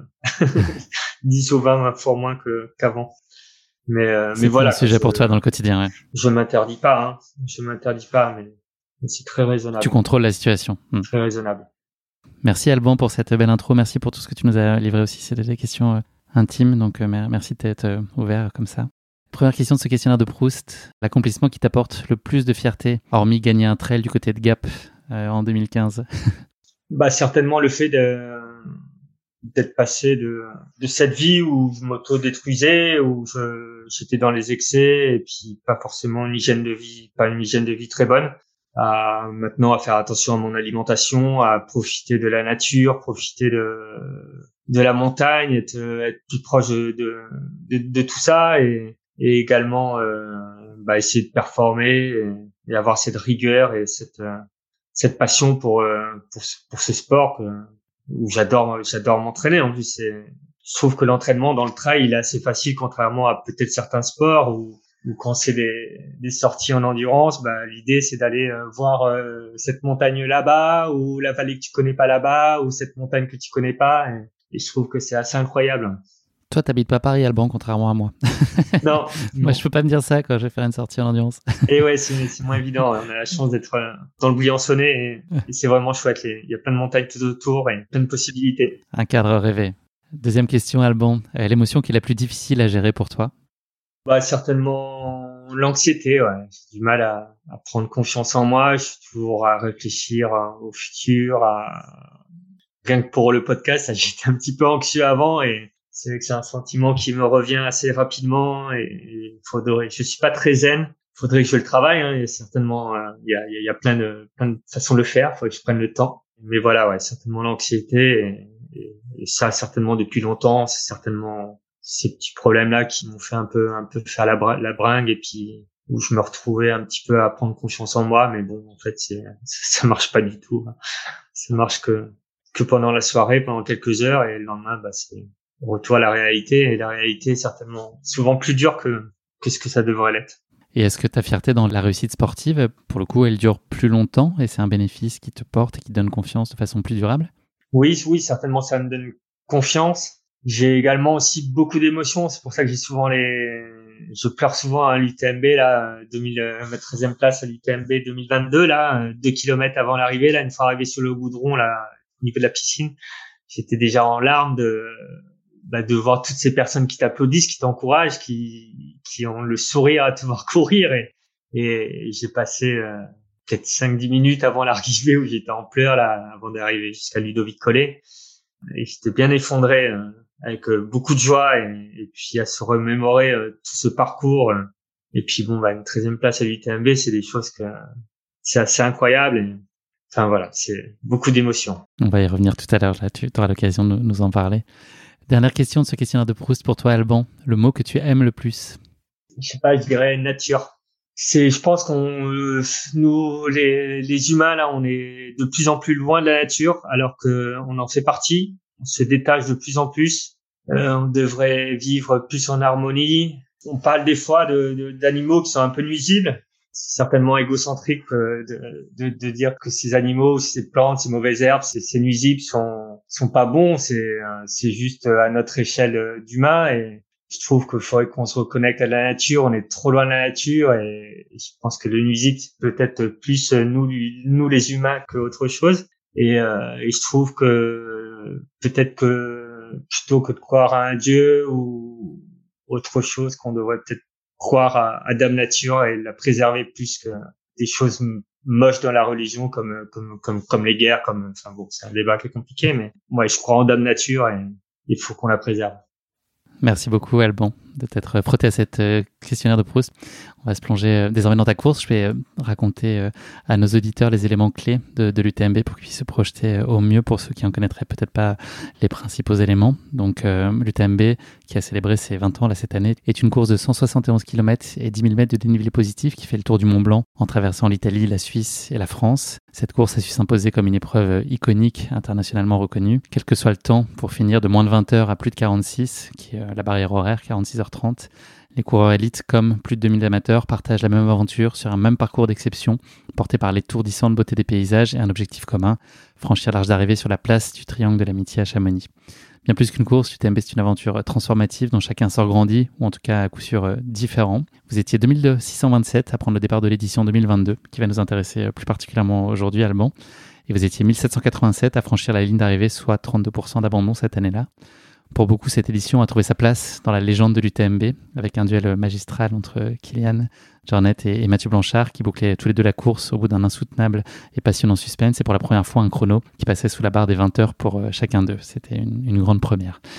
dix ou vingt fois moins que qu'avant. Mais euh, mais voilà. C'est un sujet pour toi dans le quotidien, ouais. Je m'interdis pas, hein. Je m'interdis pas, mais, mais c'est très raisonnable. Tu contrôles la situation. Hmm. Très raisonnable. Merci Alban pour cette belle intro. Merci pour tout ce que tu nous as livré aussi. C'était des questions euh, intimes, donc euh, merci d'être euh, ouvert comme ça. Première question de ce questionnaire de Proust. L'accomplissement qui t'apporte le plus de fierté, hormis gagner un trail du côté de Gap euh, en deux mille quinze? Bah certainement le fait de d'être passé de de cette vie où je m'auto-détruisais, où je j'étais dans les excès et puis pas forcément une hygiène de vie, pas une hygiène de vie très bonne, à maintenant à faire attention à mon alimentation, à profiter de la nature, profiter de de la montagne, être être plus proche de de, de, de tout ça et et également euh, bah, essayer de performer et, et avoir cette rigueur et cette euh, cette passion pour euh, pour pour ce sport que, où j'adore j'adore m'entraîner. En plus, c'est je trouve que l'entraînement dans le trail il est assez facile contrairement à peut-être certains sports où ou quand c'est des, des sorties en endurance, bah, l'idée c'est d'aller euh, voir euh, cette montagne là-bas ou la vallée que tu connais pas là-bas ou cette montagne que tu connais pas. Et, et je trouve que c'est assez incroyable. Toi, t'habites pas Paris, Alban, contrairement à moi. Non. Moi, je peux pas me dire ça quand je vais faire une sortie en endurance. Et ouais, c'est, c'est moins évident. On a la chance d'être dans le Briançonnais et, et c'est vraiment chouette. Il y a plein de montagnes tout autour et plein de possibilités. Un cadre rêvé. Deuxième question, Alban. L'émotion qui est la plus difficile à gérer pour toi? Bah, certainement l'anxiété, ouais. J'ai du mal à, à prendre confiance en moi. Je suis toujours à réfléchir au futur, à, rien que pour le podcast, j'étais un petit peu anxieux avant et c'est vrai que c'est un sentiment qui me revient assez rapidement et il faudrait, je suis pas très zen. Faudrait que je le travaille, hein. Il y a certainement, euh, il y a, il y a plein de, plein de façons de le faire. Faudrait que je prenne le temps. Mais voilà, ouais, certainement l'anxiété et, et, et ça, certainement depuis longtemps. C'est certainement ces petits problèmes-là qui m'ont fait un peu, un peu faire la, br- la bringue et puis où je me retrouvais un petit peu à prendre confiance en moi. Mais bon, en fait, c'est, ça, ça marche pas du tout. Ça marche que, que pendant la soirée, pendant quelques heures et le lendemain, bah, c'est retour à la réalité et la réalité est certainement souvent plus dure que, que ce que ça devrait l'être. Et est-ce que ta fierté dans la réussite sportive, pour le coup, elle dure plus longtemps et c'est un bénéfice qui te porte et qui te donne confiance de façon plus durable? Oui, oui, certainement, ça me donne confiance. J'ai également aussi beaucoup d'émotions. C'est pour ça que j'ai souvent les, je pleure souvent à l'U T M B, là, deux mille, ma treizième place à l'U T M B deux mille vingt-deux, là, deux kilomètres avant l'arrivée, là, une fois arrivé sur le goudron, là, au niveau de la piscine, j'étais déjà en larmes de, bah, de voir toutes ces personnes qui t'applaudissent, qui t'encouragent, qui, qui ont le sourire à te voir courir et, et j'ai passé, euh, peut-être cinq dix minutes avant l'arrivée où j'étais en pleurs, là, avant d'arriver jusqu'à Ludovic Collet. Et j'étais bien effondré, euh, avec euh, beaucoup de joie et, et puis à se remémorer euh, tout ce parcours. Euh, et puis bon, bah, une treizième place à l'U T M B, c'est des choses que c'est assez incroyable. Et, enfin voilà, c'est beaucoup d'émotions. On va y revenir tout à l'heure, là, tu auras l'occasion de nous en parler. Dernière question de ce questionnaire de Proust pour toi, Alban. Le mot que tu aimes le plus? Je sais pas, je dirais nature. C'est, je pense qu'on, euh, nous, les, les humains, là, on est de plus en plus loin de la nature, alors que on en fait partie. On se détache de plus en plus. Euh, on devrait vivre plus en harmonie. On parle des fois de, de, d'animaux qui sont un peu nuisibles. C'est certainement égocentrique euh, de, de, de dire que ces animaux, ces plantes, ces mauvaises herbes, ces, ces nuisibles sont, sont pas bons. C'est, euh, c'est juste à notre échelle euh, d'humain et je trouve qu'il faudrait qu'on se reconnecte à la nature. On est trop loin de la nature et je pense que le nuisible, c'est peut-être plus nous, nous les humains qu'autre chose. Et, euh, et je trouve que peut-être que plutôt que de croire à un dieu ou autre chose, qu'on devrait peut-être croire à, à Dame Nature et la préserver plus que des choses moches dans la religion comme comme comme comme les guerres. Comme enfin bon, c'est un débat qui est compliqué, mais moi je crois en Dame Nature et il faut qu'on la préserve. Merci beaucoup, Alban, de t'être prêté à cette euh, questionnaire de Proust. On va se plonger euh, désormais dans ta course. Je vais euh, raconter euh, à nos auditeurs les éléments clés de, de l'U T M B pour qu'ils puissent se projeter euh, au mieux pour ceux qui en connaîtraient peut-être pas les principaux éléments. Donc, euh, l'U T M B, qui a célébré ses vingt ans là, cette année, est une course de cent soixante et onze kilomètres et dix mille mètres de dénivelé positif qui fait le tour du Mont Blanc en traversant l'Italie, la Suisse et la France. Cette course a su s'imposer comme une épreuve iconique, internationalement reconnue, quel que soit le temps, pour finir de moins de vingt heures à plus de quarante-six, qui est la barrière horaire, quarante-six heures trente. Les coureurs élites, comme plus de deux mille amateurs, partagent la même aventure sur un même parcours d'exception, porté par l'étourdissante beauté des paysages et un objectif commun, franchir l'arche d'arrivée sur la place du Triangle de l'Amitié à Chamonix. Bien plus qu'une course, l'U T M B c'est une aventure transformative dont chacun sort grandi, ou en tout cas à coup sûr euh, différent. Vous étiez deux mille six cent vingt-sept à prendre le départ de l'édition deux mille vingt-deux, qui va nous intéresser plus particulièrement aujourd'hui, Alban. Et vous étiez mille sept cent quatre-vingt-sept à franchir la ligne d'arrivée, soit trente-deux pour cent d'abandon cette année-là. Pour beaucoup, cette édition a trouvé sa place dans la légende de l'U T M B, avec un duel magistral entre Kilian Jornet et, et Mathieu Blanchard, qui bouclaient tous les deux la course au bout d'un insoutenable et passionnant suspense, et pour la première fois un chrono qui passait sous la barre des vingt heures pour euh, chacun d'eux. C'était une, une grande première.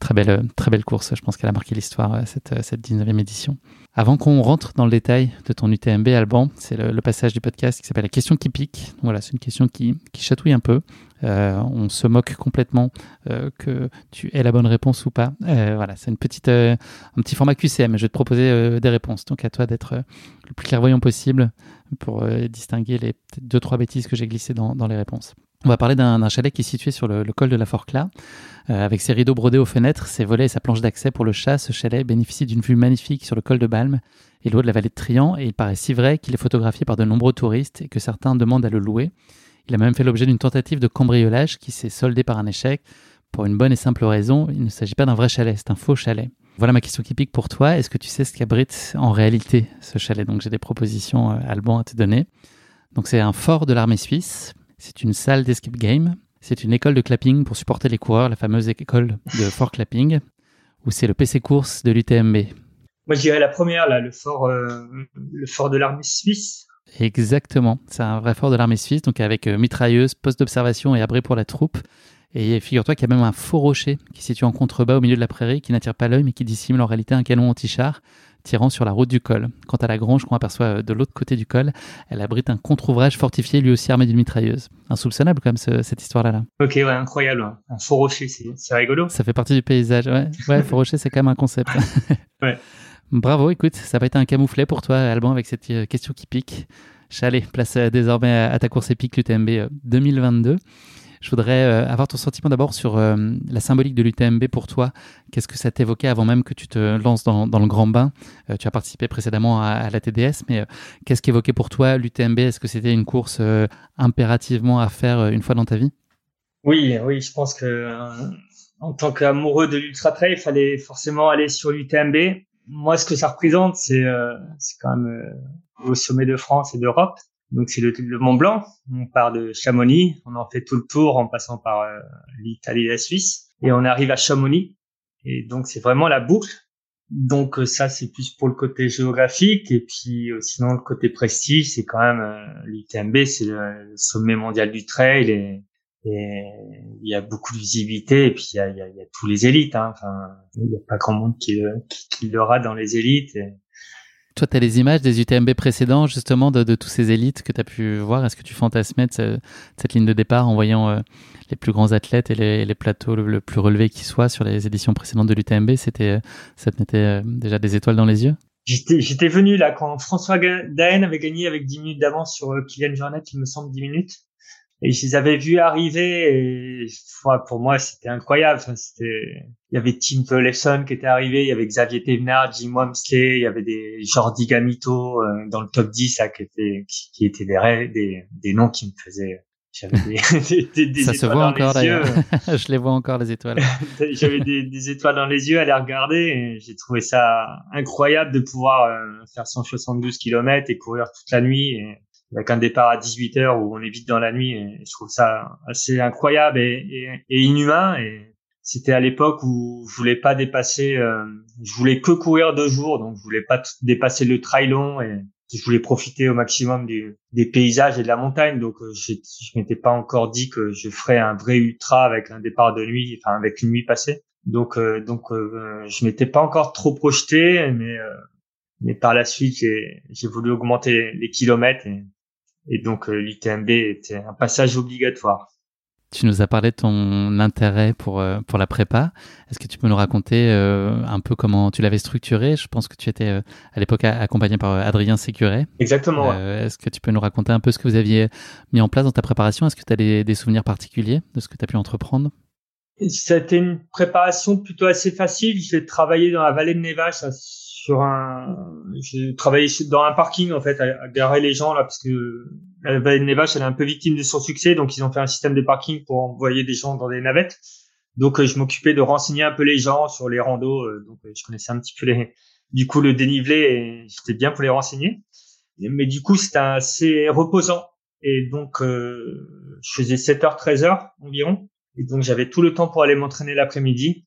Très belle, très belle course. Je pense qu'elle a marqué l'histoire, cette, cette dix-neuvième édition. Avant qu'on rentre dans le détail de ton U T M B, Alban, c'est le, le passage du podcast qui s'appelle la question qui pique. Donc voilà, c'est une question qui, qui chatouille un peu. Euh, on se moque complètement euh, que tu aies la bonne réponse ou pas. Euh, voilà, c'est une petite, euh, un petit format Q C M. Je vais te proposer euh, des réponses. Donc à toi d'être euh, le plus clairvoyant possible pour euh, distinguer les peut-être deux, trois bêtises que j'ai glissées dans, dans les réponses. On va parler d'un, d'un chalet qui est situé sur le, le col de la Forclaz. Euh, avec ses rideaux brodés aux fenêtres, ses volets et sa planche d'accès pour le chat, ce chalet bénéficie d'une vue magnifique sur le col de Balme et l'eau de la vallée de Trian, et il paraît si vrai qu'il est photographié par de nombreux touristes et que certains demandent à le louer. Il a même fait l'objet d'une tentative de cambriolage qui s'est soldée par un échec. Pour une bonne et simple raison, il ne s'agit pas d'un vrai chalet, c'est un faux chalet. Voilà ma question qui pique pour toi. Est-ce que tu sais ce qu'abrite en réalité ce chalet ? Donc j'ai des propositions, euh, Alban, à te donner. Donc c'est un fort de l'armée suisse. C'est une salle d'escape game, c'est une école de clapping pour supporter les coureurs, la fameuse école de fort clapping, ou c'est le P C course de l'U T M B. Moi, je dirais la première, là, le fort, euh, le fort de l'armée suisse. Exactement, c'est un vrai fort de l'armée suisse, donc avec euh, mitrailleuse, poste d'observation et abri pour la troupe. Et figure-toi qu'il y a même un faux rocher qui est situé en contrebas au milieu de la prairie, qui n'attire pas l'œil, mais qui dissimule en réalité un canon anti-char tirant sur la route du col. Quant à la grange qu'on aperçoit de l'autre côté du col, elle abrite un contre-ouvrage fortifié, lui aussi armé d'une mitrailleuse. Insoupçonnable quand même, ce, cette histoire-là. Là. Ok, ouais, incroyable. Hein. Un faux rocher, c'est, c'est rigolo. Ça fait partie du paysage, ouais. Ouais, faux rocher, c'est quand même un concept. Ouais. Bravo, écoute, ça n'a pas été un camouflet pour toi, Alban, avec cette question qui pique. Chalet, place désormais à ta course épique, l'U T M B deux mille vingt-deux. Je voudrais euh, avoir ton sentiment d'abord sur euh, la symbolique de l'U T M B pour toi. Qu'est-ce que ça t'évoquait avant même que tu te lances dans, dans le grand bain ? euh, Tu as participé précédemment à, à la T D S, mais euh, qu'est-ce qu'évoquait pour toi l'U T M B ? Est-ce que c'était une course euh, impérativement à faire euh, une fois dans ta vie ? Oui, oui, je pense que euh, en tant qu'amoureux de l'ultra trail, il fallait forcément aller sur l'U T M B. Moi, ce que ça représente, c'est, euh, c'est quand même euh, au sommet de France et d'Europe. Donc, c'est le, le Mont Blanc. On part de Chamonix. On en fait tout le tour en passant par euh, l'Italie et la Suisse. Et on arrive à Chamonix. Et donc, c'est vraiment la boucle. Donc, euh, ça, c'est plus pour le côté géographique. Et puis, euh, sinon, le côté prestige, c'est quand même euh, l'U T M B, c'est le, le sommet mondial du trail. Et, et il y a beaucoup de visibilité. Et puis, il y a, il y a, il y a tous les élites. Hein. Enfin, il n'y a pas grand monde qui, qui, qui l'aura dans les élites. Et, toi, tu as les images des U T M B précédents, justement, de, de tous ces élites que tu as pu voir. Est-ce que tu fantasmais de, ce, de cette ligne de départ en voyant euh, les plus grands athlètes et les, les plateaux le, le plus relevés qui soient sur les éditions précédentes de l'U T M B? C'était, ça te mettait euh, déjà des étoiles dans les yeux? J'étais, j'étais venu là quand François Daen avait gagné avec dix minutes d'avance sur euh, Kylian Jornet, il me semble dix minutes. Et je les avais vus arriver et pour moi, c'était incroyable. Enfin, c'était, il y avait Tim Tollefson qui était arrivé, il y avait Xavier Thévenard, Jim Wamsley, il y avait des Jordi Gamito euh, dans le top dix, ça, qui étaient, qui, qui étaient des rêves, des, des noms qui me faisaient, j'avais des, des, des, des ça étoiles se voit dans encore, les yeux. Je les vois encore, les étoiles. J'avais des, des étoiles dans les yeux à les regarder et j'ai trouvé ça incroyable de pouvoir euh, faire cent soixante-douze kilomètres et courir toute la nuit et, avec un départ à dix-huit heures où on est vite dans la nuit, et je trouve ça assez incroyable et, et, et inhumain. Et c'était à l'époque où je voulais pas dépasser, euh, je voulais que courir deux jours, donc je voulais pas t- dépasser le trail long et je voulais profiter au maximum du, des paysages et de la montagne. Donc euh, je, je m'étais pas encore dit que je ferais un vrai ultra avec un départ de nuit, enfin avec une nuit passée. Donc euh, donc euh, je m'étais pas encore trop projeté, mais euh, mais par la suite j'ai j'ai voulu augmenter les kilomètres et Et donc, euh, l'U T M B était un passage obligatoire. Tu nous as parlé de ton intérêt pour, euh, pour la prépa. Est-ce que tu peux nous raconter euh, un peu comment tu l'avais structuré ? Je pense que tu étais euh, à l'époque accompagné par Adrien Sécuret. Exactement. Euh, ouais. Est-ce que tu peux nous raconter un peu ce que vous aviez mis en place dans ta préparation ? Est-ce que tu as des, des souvenirs particuliers de ce que tu as pu entreprendre ? C'était une préparation plutôt assez facile. J'ai travaillé dans la vallée de Nevache sur un, j'ai travaillé dans un parking en fait, à, à garer les gens là, parce que la vallée de Nevache elle est un peu victime de son succès, donc ils ont fait un système de parking pour envoyer des gens dans des navettes. Donc euh, je m'occupais de renseigner un peu les gens sur les randos, euh, donc euh, je connaissais un petit peu les, du coup le dénivelé et j'étais bien pour les renseigner. Mais du coup c'était assez reposant et donc euh, je faisais sept heures treize heures environ et donc j'avais tout le temps pour aller m'entraîner l'après-midi.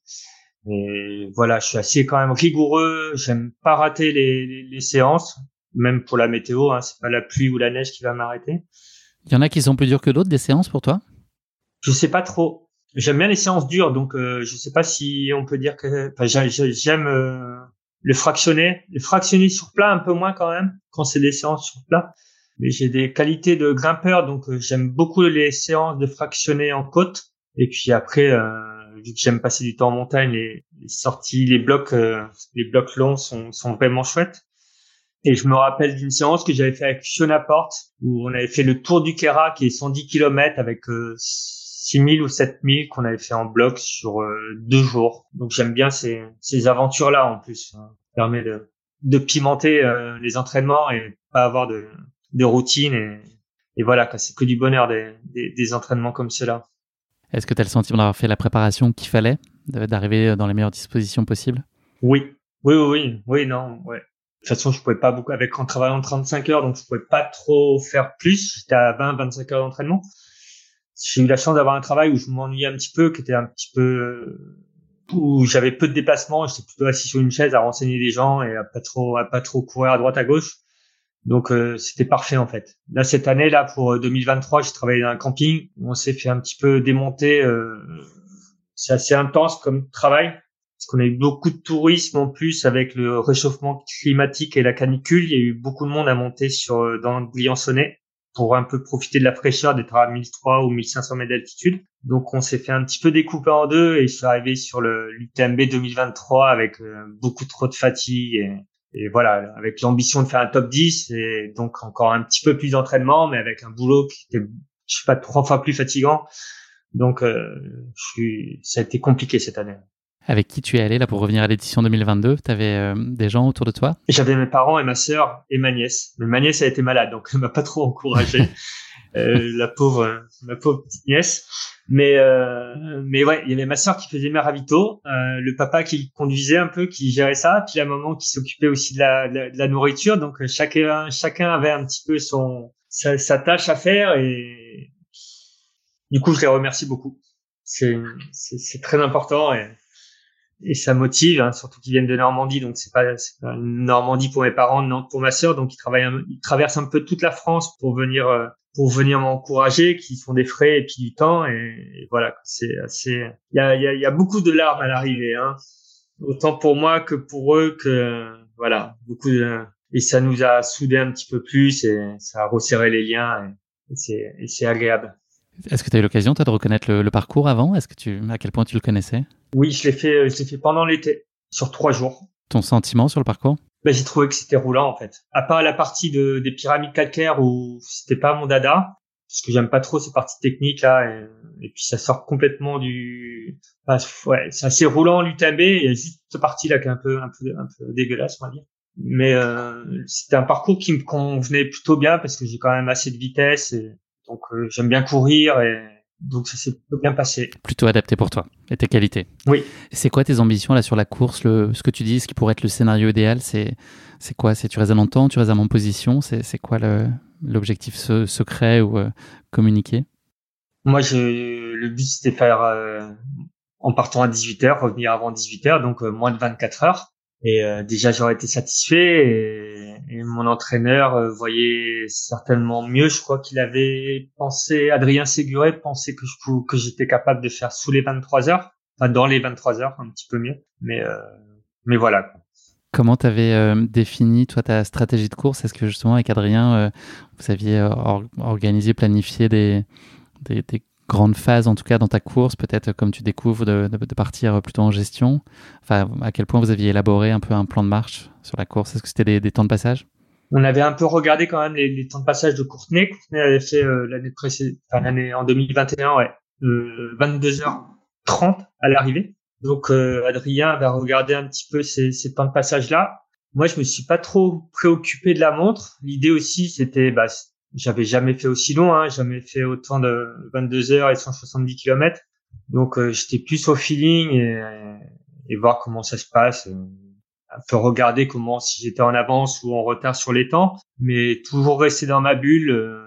Et voilà, je suis assez quand même rigoureux. J'aime pas rater les, les, les séances, même pour la météo. Hein, c'est pas la pluie ou la neige qui va m'arrêter. Il y en a qui sont plus durs que d'autres, des séances pour toi ? Je sais pas trop. J'aime bien les séances dures, donc euh, je sais pas si on peut dire que, enfin, j'a- j'a- j'aime euh, le fractionner, le fractionner sur plat un peu moins quand même quand c'est des séances sur plat. Mais j'ai des qualités de grimpeur, donc euh, j'aime beaucoup les séances de fractionner en côte. Et puis après, euh, vu que j'aime passer du temps en montagne, les, les sorties, les blocs, euh, les blocs longs sont, sont vraiment chouettes. Et je me rappelle d'une séance que j'avais fait avec Fiona Porte, où on avait fait le tour du Kera, qui est cent dix kilomètres avec euh, six mille ou sept mille qu'on avait fait en bloc sur euh, deux jours. Donc j'aime bien ces, ces aventures-là en plus. Ça permet de, de pimenter euh, les entraînements et pas avoir de, de routine. Et, et voilà, quoi, c'est que du bonheur des, des, des entraînements comme ceux-là. Est-ce que tu as le sentiment d'avoir fait la préparation qu'il fallait, d'arriver dans les meilleures dispositions possibles? Oui, oui, oui, oui, oui, non, ouais. De toute façon, je pouvais pas beaucoup, avec, en travaillant trente-cinq heures, donc je pouvais pas trop faire plus. J'étais à vingt, vingt-cinq heures d'entraînement. J'ai eu la chance d'avoir un travail où je m'ennuyais un petit peu, qui était un petit peu, où j'avais peu de déplacements. J'étais plutôt assis sur une chaise à renseigner des gens et à pas trop, à pas trop courir à droite, à gauche. Donc, euh, c'était parfait, en fait. Là, cette année, là, pour deux mille vingt-trois, j'ai travaillé dans un camping où on s'est fait un petit peu démonter, euh, c'est assez intense comme travail. Parce qu'on a eu beaucoup de tourisme en plus avec le réchauffement climatique et la canicule. Il y a eu beaucoup de monde à monter sur dans le Briançonnais pour un peu profiter de la fraîcheur d'être à mille trois ou mille cinq cents mètres d'altitude. Donc on s'est fait un petit peu découper en deux et je suis arrivé sur le l'U T M B deux mille vingt-trois avec euh, beaucoup trop de fatigue et, et voilà, avec l'ambition de faire un top dix et donc encore un petit peu plus d'entraînement mais avec un boulot qui était, je sais pas, trois fois plus fatigant. Donc euh, je suis, ça a été compliqué cette année. Avec qui tu es allé là pour revenir à l'édition deux mille vingt-deux? Tu avais euh, des gens autour de toi? J'avais mes parents et ma sœur et ma nièce. Mais ma nièce a été malade, donc elle m'a pas trop encouragé. euh, la pauvre, ma pauvre petite nièce. Mais euh, mais ouais, il y avait ma sœur qui faisait mes ravitaux, euh, le papa qui conduisait un peu, qui gérait ça, puis la maman qui s'occupait aussi de la, de la, de la nourriture. Donc chacun chacun avait un petit peu son sa, sa tâche à faire et du coup je les remercie beaucoup. C'est c'est, c'est très important et et ça motive, hein, surtout qu'ils viennent de Normandie, donc c'est pas, c'est pas une Normandie pour mes parents, Nantes pour ma sœur, donc ils travaillent, un, ils traversent un peu toute la France pour venir, euh, pour venir m'encourager, qui font des frais et puis du temps, et, et voilà, c'est assez, il y a, il y a, il y a beaucoup de larmes à l'arrivée, hein, autant pour moi que pour eux, que voilà, beaucoup de, et ça nous a soudés un petit peu plus et ça a resserré les liens et, et c'est, et c'est agréable. Est-ce que tu as eu l'occasion, toi, de reconnaître le, le parcours avant? Est-ce que tu, à quel point tu le connaissais? Oui, je l'ai fait, je l'ai fait pendant l'été, sur trois jours. Ton sentiment sur le parcours? Ben, j'ai trouvé que c'était roulant, en fait. À part la partie de, des pyramides calcaires où c'était pas mon dada, parce que j'aime pas trop ces parties techniques, là, et, et puis ça sort complètement du, enfin, ouais, c'est assez roulant, l'U T M B, il y a juste cette partie-là qui est un peu, un peu, un peu dégueulasse, on va dire. Mais, euh, c'était un parcours qui me convenait plutôt bien parce que j'ai quand même assez de vitesse et donc, euh, j'aime bien courir et, donc ça s'est plutôt bien passé. Plutôt adapté pour toi et tes qualités. Oui. C'est quoi tes ambitions là sur la course, le, ce que tu dis, ce qui pourrait être le scénario idéal, c'est, c'est quoi? C'est tu restes en temps, tu restes en position, c'est, c'est quoi le, l'objectif se, secret ou euh, communiqué? Moi, je, le but c'était faire euh, en partant à dix-huit heures, revenir avant dix-huit heures, donc euh, moins de vingt-quatre heures. Et euh, déjà, j'aurais été satisfait. Et, et mon entraîneur euh, voyait certainement mieux. Je crois qu'il avait pensé, Adrien Séguré pensait que je pouvais, que j'étais capable de faire sous les vingt-trois heures, enfin dans les vingt-trois heures, un petit peu mieux. Mais euh, mais voilà. Comment tu avais euh, défini toi ta stratégie de course? Est-ce que justement avec Adrien, euh, vous aviez euh, or- organisé, planifié des, des, des grandes phases en tout cas dans ta course, peut-être comme tu découvres de, de, de partir plutôt en gestion? Enfin, à quel point vous aviez élaboré un peu un plan de marche sur la course? Est-ce que c'était des, des temps de passage? On avait un peu regardé quand même les, les temps de passage de Courtenay. Courtenay avait fait euh, l'année précédente, enfin l'année en deux mille vingt et un, ouais, euh, vingt-deux heures trente à l'arrivée. Donc euh, Adrien va regarder un petit peu ces, ces temps de passage là. Moi, je me suis pas trop préoccupé de la montre. L'idée aussi, c'était, bah, j'avais jamais fait aussi long, hein, jamais fait autant de vingt-deux heures et cent soixante-dix kilomètres. Donc euh, j'étais plus au feeling et, et voir comment ça se passe. Un peu regarder comment, si j'étais en avance ou en retard sur les temps, mais toujours rester dans ma bulle. Euh,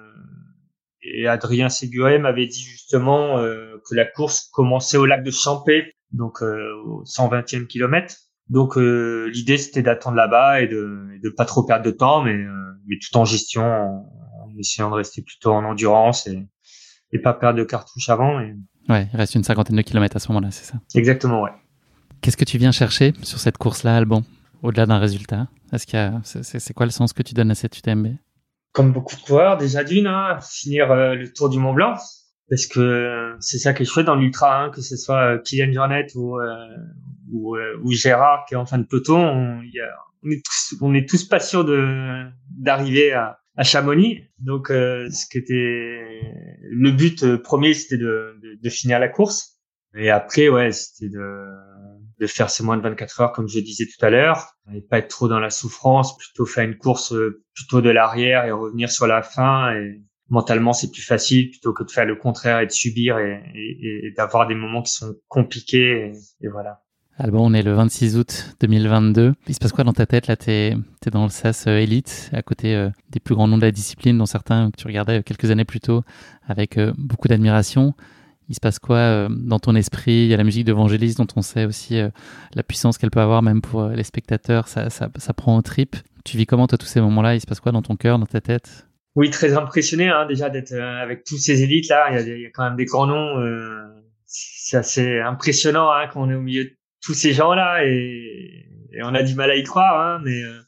et Adrien Séguré m'avait dit justement euh, que la course commençait au lac de Champé, donc euh, au cent vingtième kilomètre. Donc euh, l'idée c'était d'attendre là-bas et de, et de pas trop perdre de temps, mais, euh, mais tout en gestion, en, en essayant de rester plutôt en endurance et, et pas perdre de cartouche avant. Et... Ouais, il reste une cinquantaine de kilomètres à ce moment-là, c'est ça? Exactement, ouais. Qu'est-ce que tu viens chercher sur cette course-là, Alban, au-delà d'un résultat? Est-ce qu'il y a, c'est, c'est, c'est quoi le sens que tu donnes à cette U T M B? Comme beaucoup de coureurs, déjà d'une, hein, finir euh, le Tour du Mont Blanc, parce que euh, c'est ça qui est chouette dans l'ultra, hein, que ce soit euh, Kylian Jornet ou, euh, ou, euh, ou Gérard qui est en fin de peloton, on, y a, on est tous, on est tous pas sûrs de d'arriver à à Chamonix. Donc, euh, ce qui était le but euh, premier, c'était de, de, de finir la course. Et après, ouais, c'était de, de faire ces moins de vingt-quatre heures, comme je disais tout à l'heure, et pas être trop dans la souffrance, plutôt faire une course euh, plutôt de l'arrière et revenir sur la fin. Et mentalement, c'est plus facile plutôt que de faire le contraire et de subir et, et, et d'avoir des moments qui sont compliqués. Et, et voilà. Alban, on est le vingt-six août deux mille vingt-deux. Il se passe quoi dans ta tête? Là, t'es, t'es dans le S A S euh, Elite, à côté euh, des plus grands noms de la discipline, dont certains que tu regardais quelques années plus tôt avec euh, beaucoup d'admiration. Il se passe quoi euh, dans ton esprit? Il y a la musique de Vangelis, dont on sait aussi euh, la puissance qu'elle peut avoir, même pour euh, les spectateurs. Ça, ça, ça prend en tripes. Tu vis comment, toi, tous ces moments-là? Il se passe quoi dans ton cœur, dans ta tête? Oui, très impressionné, hein, déjà d'être euh, avec tous ces élites-là. Il y a, des, il y a quand même des grands noms. Euh, c'est assez impressionnant, hein, quand on est au milieu de tous ces gens-là, et, et on a du mal à y croire, hein, mais euh,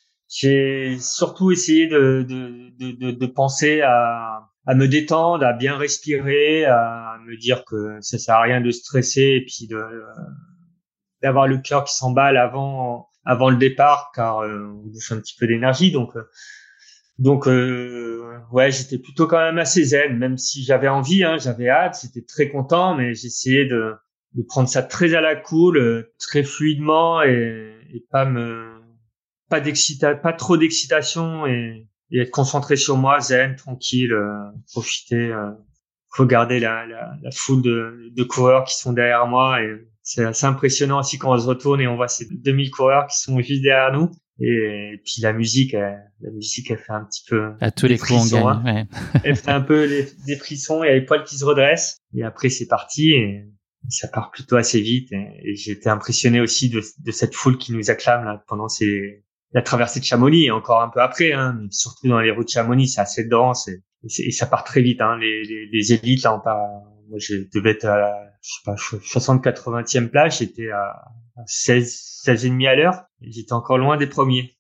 j'ai surtout essayé de, de, de, de, de penser à, à me détendre, à bien respirer, à me dire que ça sert à rien de stresser et puis de euh, d'avoir le cœur qui s'emballe avant avant le départ, car euh, on bouffe un petit peu d'énergie. Donc euh, donc euh, ouais, j'étais plutôt quand même assez zen, même si j'avais envie, hein, j'avais hâte, j'étais très content, mais j'essayais de de prendre ça très à la cool, euh, très fluidement, et, et pas me pas d'excita pas trop d'excitation, et, et être concentré sur moi, zen, tranquille, euh, profiter, euh, regarder la, la la foule de de coureurs qui sont derrière moi. Et c'est assez impressionnant aussi quand on se retourne et on voit ces deux mille coureurs qui sont juste derrière nous. Et, et puis la musique, elle, la musique, elle fait un petit peu à tous les coups on gagne, hein. Ouais. Elle fait un peu les, des frissons, il y a les poils qui se redressent, et après c'est parti, et ça part plutôt assez vite. Et, et j'ai été impressionné aussi de, de cette foule qui nous acclame là pendant ces, la traversée de Chamonix, et encore un peu après, hein, mais surtout dans les routes de Chamonix, c'est assez dense, et, et, et ça part très vite, hein. Les, les, les élites là, on part, moi je devais être à la, je sais pas, soixante quatre-vingtième place, j'étais à seize, seize et demi à l'heure, et j'étais encore loin des premiers.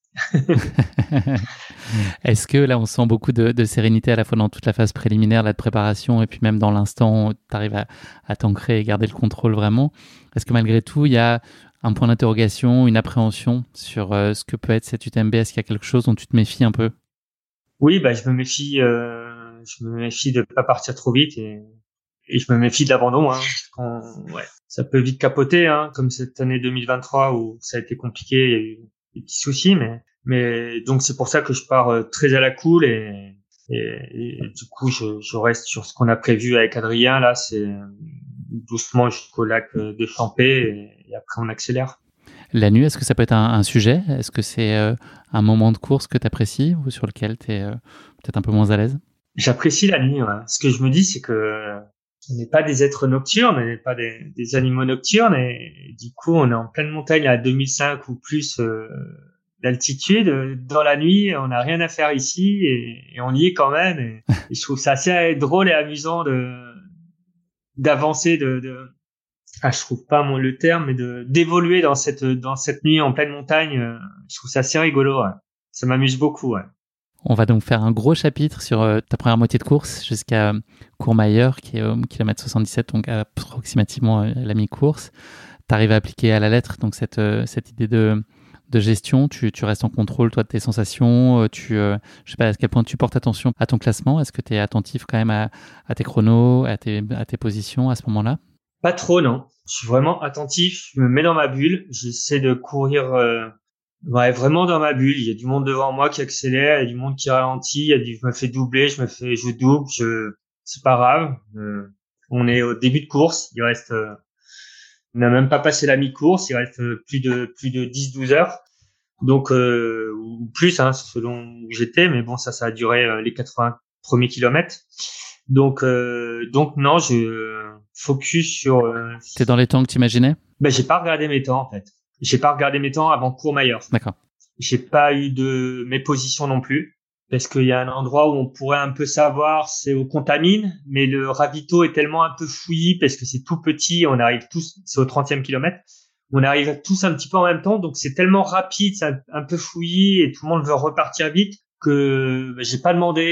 Est-ce que là on sent beaucoup de, de sérénité à la fois dans toute la phase préliminaire là, de préparation, et puis même dans l'instant où tu arrives à, à t'ancrer et garder le contrôle vraiment? Est-ce que malgré tout il y a un point d'interrogation, une appréhension sur euh, ce que peut être cette U T M B? Est-ce qu'il y a quelque chose dont tu te méfies un peu? Oui, bah je me méfie, euh, je me méfie de pas partir trop vite, et, et je me méfie de l'abandon, hein. Quand, ouais, ça peut vite capoter, hein, comme cette année deux mille vingt-trois où ça a été compliqué, il y a eu des petits soucis, mais mais donc c'est pour ça que je pars euh, très à la cool, et, et, et du coup je, je reste sur ce qu'on a prévu avec Adrien là, c'est doucement jusqu'au lac de Champé, et, et après on accélère. La nuit, est-ce que ça peut être un, un sujet? Est-ce que c'est euh, un moment de course que tu apprécies ou sur lequel tu es euh, peut-être un peu moins à l'aise? J'apprécie la nuit, ouais. Ce que je me dis, c'est que on n'est pas des êtres nocturnes, on n'est pas des, des animaux nocturnes, et, et du coup on est en pleine montagne à deux mille cinq ou plus euh, d'altitude. Dans la nuit, on n'a rien à faire ici, et, et on y est quand même, et, et je trouve ça assez drôle et amusant de d'avancer, de, de ah, je trouve pas mon le terme, mais de d'évoluer dans cette dans cette nuit en pleine montagne. Euh, je trouve ça assez rigolo, ouais. Ça m'amuse beaucoup, ouais. On va donc faire un gros chapitre sur euh, ta première moitié de course jusqu'à euh, Courmayeur, qui est au kilomètre soixante-dix-sept, donc approximativement euh, la mi-course. Tu arrives à appliquer à la lettre donc cette euh, cette idée de de gestion. Tu tu restes en contrôle toi de tes sensations. Tu euh, je sais pas à quel point tu portes attention à ton classement. Est-ce que tu es attentif quand même à à tes chronos, à tes à tes positions à ce moment-là? Pas trop, non. Je suis vraiment attentif. Je me mets dans ma bulle. J'essaie de courir, euh, ouais, vraiment dans ma bulle. Il y a du monde devant moi qui accélère, il y a du monde qui ralentit. Il y a du, je me fais doubler, je me fais, je double. Je, c'est pas grave. Euh, on est au début de course. Il reste, euh, on n'a même pas passé la mi-course. Il reste plus de plus de dix douze heures. Donc euh, ou plus, hein, selon où j'étais. Mais bon, ça, ça a duré euh, les quatre-vingts premiers kilomètres. Donc, euh, donc non, je focus sur. Euh, T'es dans les temps que tu imaginais? Ben, j'ai pas regardé mes temps en fait. J'ai pas regardé mes temps avant Courmayeur. D'accord. J'ai pas eu de mes positions non plus. parce qu'il y a un endroit où on pourrait un peu savoir, c'est au Contamine, mais le ravito est tellement un peu fouillis parce que c'est tout petit, on arrive tous, c'est au trentième kilomètre, on arrive tous un petit peu en même temps, donc c'est tellement rapide, c'est un, un peu fouillis et tout le monde veut repartir vite que bah, j'ai pas demandé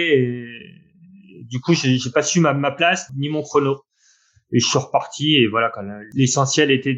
et du coup j'ai, j'ai pas su ma, ma place ni mon chrono. Et je suis reparti et voilà, quand l'essentiel était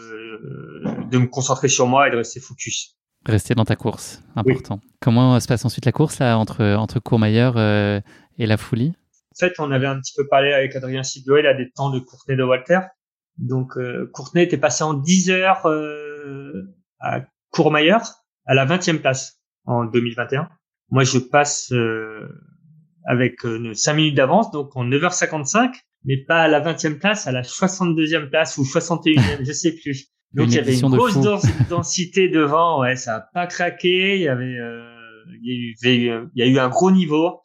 de, de me concentrer sur moi et de rester focus. Rester dans ta course, important. Oui. Comment se passe ensuite la course là, entre, entre Courmayeur euh, et la Foulie? En fait, on avait un petit peu parlé avec Adrien Sigouet là des temps de Courtenay de Walter. Donc, euh, Courtenay était passé en dix heures euh, à Courmayeur à la vingtième place en deux mille vingt et un. Moi, je passe euh, avec euh, cinq minutes d'avance, donc en neuf heures cinquante-cinq, mais pas à la vingtième place, à la soixante-deuxième place ou soixante et unième, je sais plus. Donc, une il y avait une grosse de densité devant, ouais, ça a pas craqué, il y avait, euh, il y a eu, il y a eu un gros niveau.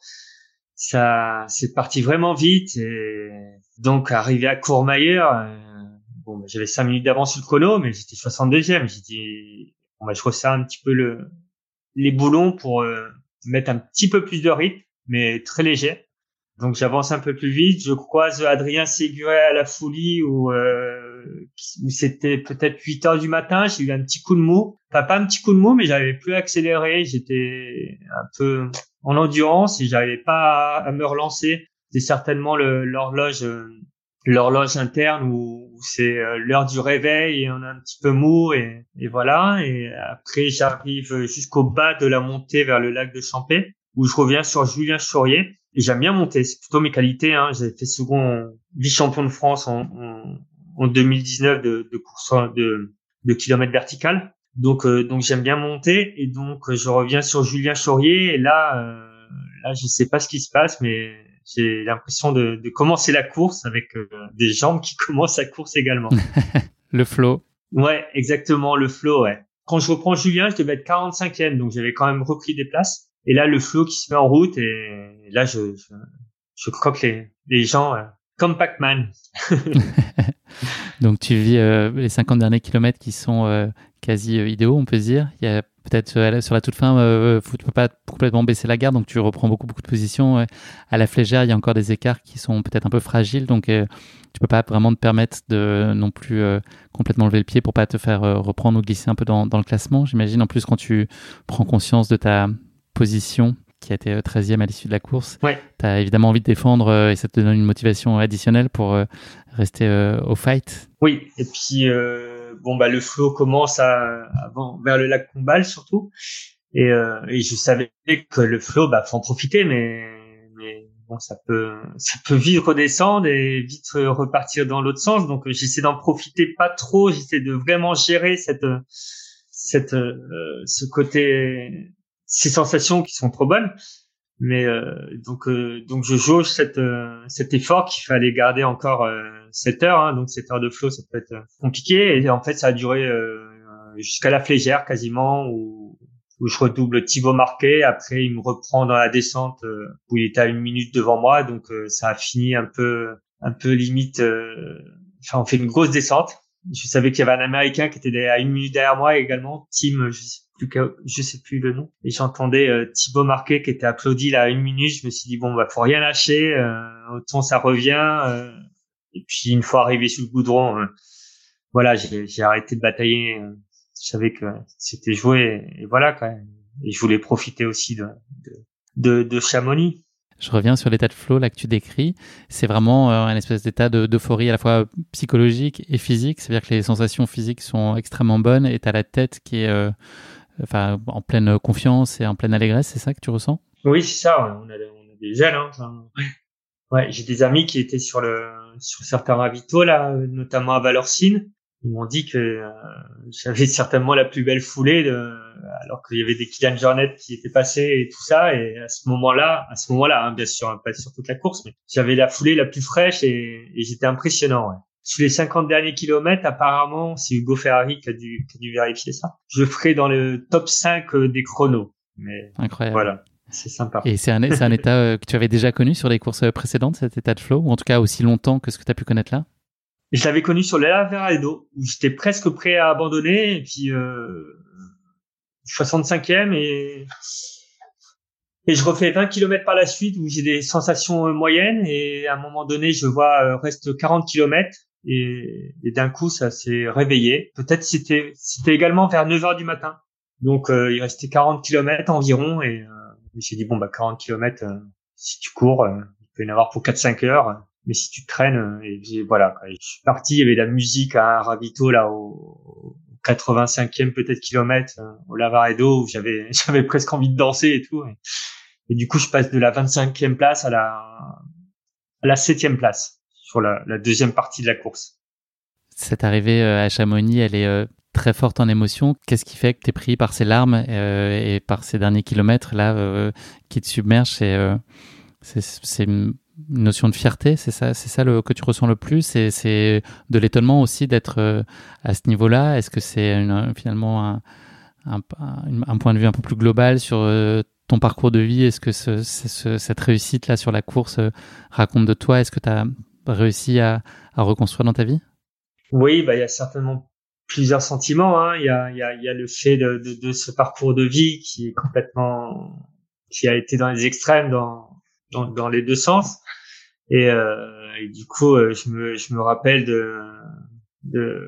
Ça, c'est parti vraiment vite et donc, arrivé à Courmayeur, euh, bon, bah, j'avais cinq minutes d'avance sur le chrono, mais j'étais soixante-deuxième. J'ai dit, bon, bah, je resserre un petit peu le, les boulons pour euh, mettre un petit peu plus de rythme, mais très léger. Donc j'avance un peu plus vite, je croise Adrien Séguret à la Foulie où, euh, où c'était peut-être huit heures du matin, j'ai eu un petit coup de mou. Enfin, pas un petit coup de mou, mais j'avais plus accéléré, j'étais un peu en endurance et j'arrivais pas à, à me relancer. C'est certainement le, l'horloge euh, l'horloge interne où, où c'est euh, l'heure du réveil et on est un petit peu mou et, et voilà. Et après j'arrive jusqu'au bas de la montée vers le lac de Champé où je reviens sur Julien Chaurier. Et j'aime bien monter, c'est plutôt mes qualités. Hein. J'avais fait second vice-champion de France en, en, en deux mille dix-neuf de, de course de, de kilomètres vertical. Donc, euh, donc j'aime bien monter. Et donc, je reviens sur Julien Chaurier. Et là, euh, là, je sais pas ce qui se passe, mais j'ai l'impression de, de commencer la course avec euh, des jambes qui commencent la course également. Le flow. Ouais, exactement, le flow, ouais. Quand je reprends Julien, je devais être quarante-cinquième, donc j'avais quand même repris des places. Et là, le flow qui se met en route, et là, je, je, je croque les, les gens euh, comme Pac-Man. Donc, tu vis euh, les cinquante derniers kilomètres qui sont euh, quasi euh, idéaux, on peut se dire. Il y a peut-être euh, sur la toute fin, euh, tu ne peux pas complètement baisser la garde, donc tu reprends beaucoup, beaucoup de positions. Euh, à la flégère, il y a encore des écarts qui sont peut-être un peu fragiles, donc euh, tu peux pas vraiment te permettre de non plus euh, complètement lever le pied pour pas te faire euh, reprendre ou glisser un peu dans, dans le classement. J'imagine en plus quand tu prends conscience de ta position qui a été treizième à l'issue de la course, ouais. Tu as évidemment envie de défendre euh, et ça te donne une motivation additionnelle pour euh, rester euh, au fight. Oui, et puis euh, bon bah le flow commence à, avant vers le lac Combal surtout, et, euh, et je savais que le flow, bah faut en profiter, mais mais bon ça peut ça peut vite redescendre et vite repartir dans l'autre sens, donc j'essaie d'en profiter pas trop, j'essaie de vraiment gérer cette cette euh, ce côté, ces sensations qui sont trop bonnes. Mais euh, donc euh, donc je jauge cette euh, cet effort qu'il fallait garder encore euh, sept heures, hein, donc sept heures de flow ça peut être compliqué et en fait ça a duré euh, jusqu'à la Flégère quasiment où où je redouble Thibaut Marquet, après il me reprend dans la descente euh, où il était à une minute devant moi, donc euh, ça a fini un peu un peu limite euh, enfin on fait une grosse descente. Je savais qu'il y avait un Américain qui était à une minute derrière moi également, Tim, je sais plus que, je sais plus le nom. Et j'entendais euh, Thibaut Marquet qui était applaudi là à une minute. Je me suis dit bon bah faut rien lâcher, euh, autant ça revient. Euh, et puis une fois arrivé sur le goudron, euh, voilà j'ai, j'ai arrêté de batailler. Euh, je savais que c'était joué et, et voilà quand même. Et je voulais profiter aussi de de, de, de Chamonix. Je reviens sur l'état de flow là que tu décris. C'est vraiment euh, un espèce d'état de, d'euphorie à la fois psychologique et physique. C'est-à-dire que les sensations physiques sont extrêmement bonnes et tu as la tête qui est euh, enfin, en pleine confiance et en pleine allégresse. C'est ça que tu ressens? Oui, c'est ça. On a, on a des ailes. Hein, enfin, ouais, j'ai des amis qui étaient sur le sur certains ravitaux là, notamment à Valorcine. Ils m'ont dit que euh, j'avais certainement la plus belle foulée, de, alors qu'il y avait des Kylian Jornet qui étaient passés et tout ça. Et à ce moment-là, à ce moment-là, hein, bien sûr, pas sur toute la course, mais j'avais la foulée la plus fraîche et, et j'étais impressionnant. Ouais. Sur les cinquante derniers kilomètres, apparemment, c'est Hugo Ferrari qui a dû, qui a dû vérifier ça. Je ferai dans le top cinq des chronos. Mais incroyable. Voilà. C'est sympa. Et c'est un, c'est un état euh, que tu avais déjà connu sur les courses précédentes, cet état de flow, ou en tout cas aussi longtemps que ce que tu as pu connaître là? Je l'avais connu sur l'Averedo, où j'étais presque prêt à abandonner, et puis euh, soixante-cinquième, et Et je refais vingt kilomètres par la suite où j'ai des sensations euh, moyennes et à un moment donné, je vois euh, reste quarante kilomètres et, et d'un coup, ça s'est réveillé. Peut-être c'était c'était également vers neuf heures du matin. Donc euh, il restait quarante kilomètres environ et euh, j'ai dit bon bah quarante kilomètres euh, si tu cours, euh, il peut y en avoir pour quatre cinq heures. Mais si tu traînes, euh, et puis, voilà, quoi. Je suis parti, il y avait de la musique à un ravito là au quatre-vingt-cinquième peut-être kilomètre euh, au Lavaredo où j'avais j'avais presque envie de danser et tout. Et, et du coup, je passe de la vingt-cinquième place à la à la septième place sur la, la deuxième partie de la course. Cette arrivée euh, à Chamonix, elle est euh, très forte en émotion. Qu'est-ce qui fait que tu es pris par ces larmes euh, et par ces derniers kilomètres là euh, qui te submergent? C'est euh, c'est, c'est une notion de fierté, c'est ça, c'est ça le, que tu ressens le plus, et c'est de l'étonnement aussi d'être euh, à ce niveau-là. Est-ce que c'est une, finalement un, un, un point de vue un peu plus global sur euh, ton parcours de vie? Est-ce que ce, ce, cette réussite-là sur la course euh, raconte de toi? Est-ce que tu as réussi à, à reconstruire dans ta vie? Oui, bah il y a certainement plusieurs sentiments. Hein. Il y a, il y a, il y a le fait de, de, de ce parcours de vie qui est complètement, qui a été dans les extrêmes, dans dans, dans les deux sens. Et, euh, et du coup, euh, je me, je me rappelle de, de,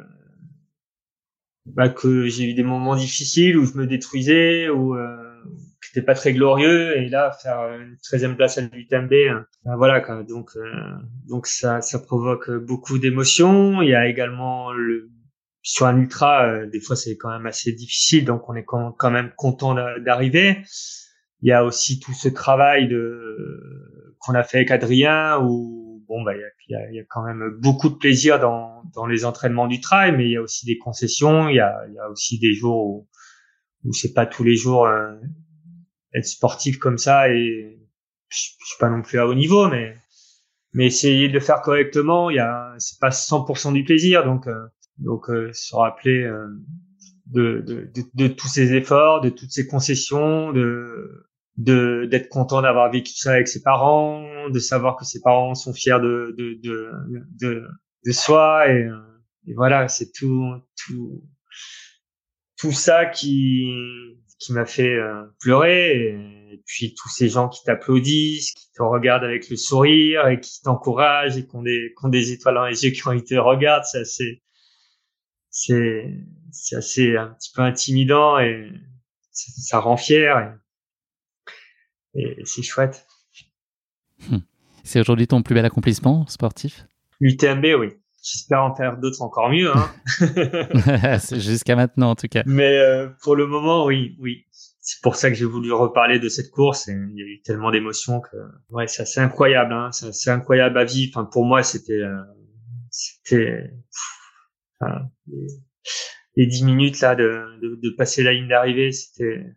bah, que j'ai eu des moments difficiles où je me détruisais, où euh, qui n'étaient pas très glorieux. Et là, faire une treizième place à l'U T M B, hein, bah, voilà. Quoi. Donc, euh, donc ça, ça provoque beaucoup d'émotions. Il y a également le sur un ultra, euh, des fois c'est quand même assez difficile, donc on est quand, quand même content d'arriver. Il y a aussi tout ce travail de qu'on a fait avec Adrien où bon bah il y a, il y a, il y a quand même beaucoup de plaisir dans dans les entraînements du trail, mais il y a aussi des concessions, il y a il y a aussi des jours où où c'est pas tous les jours euh, être sportif comme ça, et je, je suis pas non plus à haut niveau, mais mais essayer de le faire correctement, il y a c'est pas cent pour cent du plaisir, donc euh, donc euh, se rappeler euh, de, de, de, de tous ces efforts, de toutes ces concessions, de, de, d'être content d'avoir vécu ça avec ses parents, de savoir que ses parents sont fiers de, de, de, de, de soi, et, et voilà, c'est tout, tout, tout ça qui, qui m'a fait euh, pleurer, et, et puis tous ces gens qui t'applaudissent, qui te regardent avec le sourire et qui t'encouragent et qui ont des, qui ont des étoiles dans les yeux quand ils te regardent, c'est assez, c'est, c'est assez un petit peu intimidant et ça, ça rend fier et, et c'est chouette. Hum. C'est aujourd'hui ton plus bel accomplissement sportif? L'U T M B, oui. J'espère en faire d'autres encore mieux. Hein. C'est jusqu'à maintenant en tout cas. Mais euh, pour le moment, oui, oui. C'est pour ça que j'ai voulu reparler de cette course. Et il y a eu tellement d'émotions que ouais, c'est assez incroyable. Hein. C'est assez incroyable à vivre. Enfin, pour moi, c'était, euh, c'était. Enfin, les, les dix minutes là de, de, de passer la ligne d'arrivée, c'était.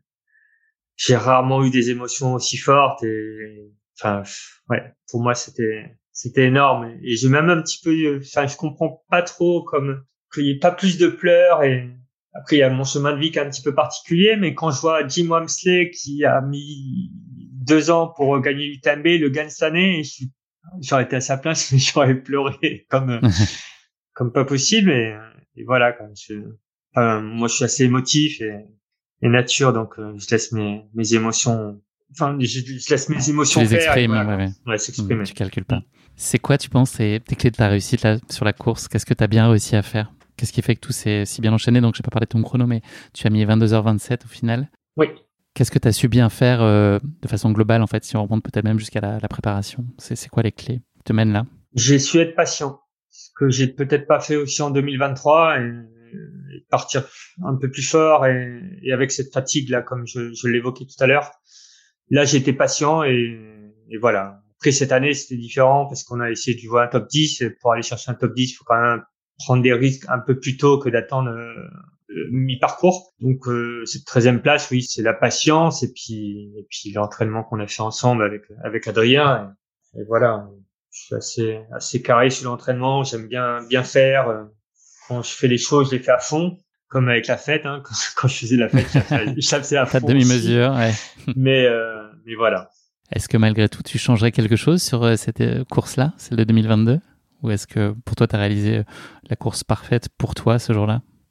J'ai rarement eu des émotions aussi fortes et enfin ouais, pour moi c'était c'était énorme et j'ai même un petit peu enfin je comprends pas trop comme qu'il y ait pas plus de pleurs. Et après il y a mon chemin de vie qui est un petit peu particulier, mais quand je vois Jim Walmsley qui a mis deux ans pour gagner l'U T M B, le gagne cette année, et je suis j'aurais été à sa place mais j'aurais pleuré comme comme pas possible. Et, et voilà quand je enfin, moi je suis assez émotif et et nature, donc euh, je laisse mes mes émotions, enfin je, je laisse mes émotions tu les faire exprimes, voilà, ouais, ouais. ouais s'exprimer. Mmh, tu calcules pas. Mmh. C'est quoi, tu penses, tes, tes clés de ta réussite là sur la course? Qu'est-ce que tu as bien réussi à faire? Qu'est-ce qui fait que tout s'est si bien enchaîné? Donc j'ai pas parlé de ton chrono, mais tu as mis vingt-deux heures vingt-sept au final. Oui. Qu'est-ce que tu as su bien faire euh, de façon globale en fait, si on remonte peut-être même jusqu'à la, la préparation? C'est c'est quoi les clés qui te mènent là? J'ai su être patient, ce que j'ai peut-être pas fait aussi en deux mille vingt-trois, et et partir un peu plus fort et, et avec cette fatigue là, comme je, je l'évoquais tout à l'heure. Là, j'ai été patient et, et voilà. Après cette année, c'était différent parce qu'on a essayé de jouer un top dix. Et pour aller chercher un top dix, il faut quand même prendre des risques un peu plus tôt que d'attendre euh, le mi-parcours. Donc euh, cette treizième place, oui, c'est la patience et puis et puis l'entraînement qu'on a fait ensemble avec avec Adrien. Et, et voilà, je suis assez assez carré sur l'entraînement. J'aime bien bien faire. Quand je fais les choses, je les fais à fond, comme avec la fête. Hein. Quand, quand je faisais la fête, je faisais à fond. Pas de demi-mesure, ouais. Mais, euh, mais voilà. Est-ce que malgré tout, tu changerais quelque chose sur cette course-là, celle de deux mille vingt-deux? Ou est-ce que pour toi, tu as réalisé la course parfaite pour toi ce jour-là?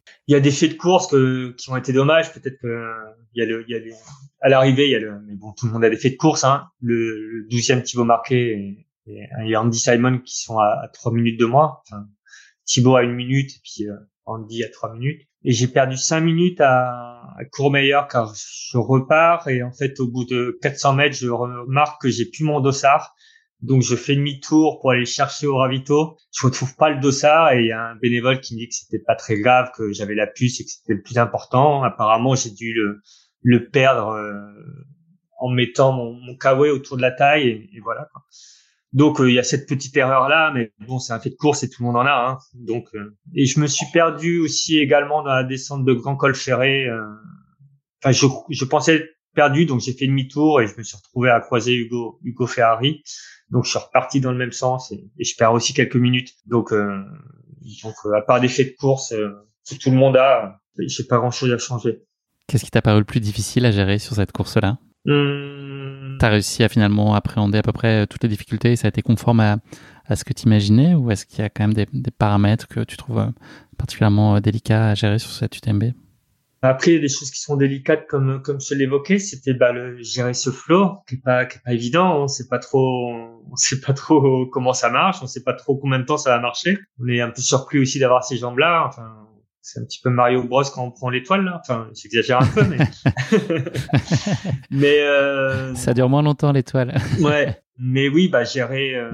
Il y a des faits de course que, qui ont été dommages. Peut-être que il y a le, il y a les, à l'arrivée, il y a le, mais bon, tout le monde a des faits de course, hein. Le, le douzième Thibaut Marquet et, et, et Andy Simon qui sont à, à trois minutes de moi. Enfin, Thibaut à une minute et puis euh, Andy à trois minutes. Et j'ai perdu cinq minutes à, à Courmayeur car je repars et en fait, au bout de quatre cents mètres, je remarque que j'ai plus mon dossard. Donc, je fais demi-tour pour aller chercher au ravito. Je retrouve pas le dossard et il y a un bénévole qui me dit que c'était pas très grave, que j'avais la puce et que c'était le plus important. Apparemment, j'ai dû le, le perdre euh, en mettant mon, mon kawaii autour de la taille et, et voilà, quoi. Donc, euh, il y a cette petite erreur-là, mais bon, c'est un fait de course et tout le monde en a, hein. Donc, euh, et je me suis perdu aussi également dans la descente de Grand Col Ferré. Euh, enfin, je, je pensais être perdu, donc j'ai fait demi-tour et je me suis retrouvé à croiser Hugo, Hugo Ferrari. Donc, je suis reparti dans le même sens et, et je perds aussi quelques minutes. Donc, euh, donc euh, à part des faits de course euh, que tout le monde a, j'ai pas grand-chose à changer. Qu'est-ce qui t'a paru le plus difficile à gérer sur cette course-là ? Hum... T'as réussi à finalement appréhender à peu près toutes les difficultés et ça a été conforme à, à ce que tu imaginais, ou est-ce qu'il y a quand même des, des paramètres que tu trouves particulièrement délicats à gérer sur cette U T M B ? Après, il y a des choses qui sont délicates comme comme je l'évoquais, c'était bah le gérer ce flow qui est pas qui est pas évident, on sait pas trop on sait pas trop comment ça marche, on sait pas trop combien de temps ça va marcher. On est un peu surpris aussi d'avoir ces jambes-là, enfin c'est un petit peu Mario Bros quand on prend l'étoile là, enfin j'exagère un peu mais mais euh... ça dure moins longtemps l'étoile. Ouais, mais oui, bah gérer euh...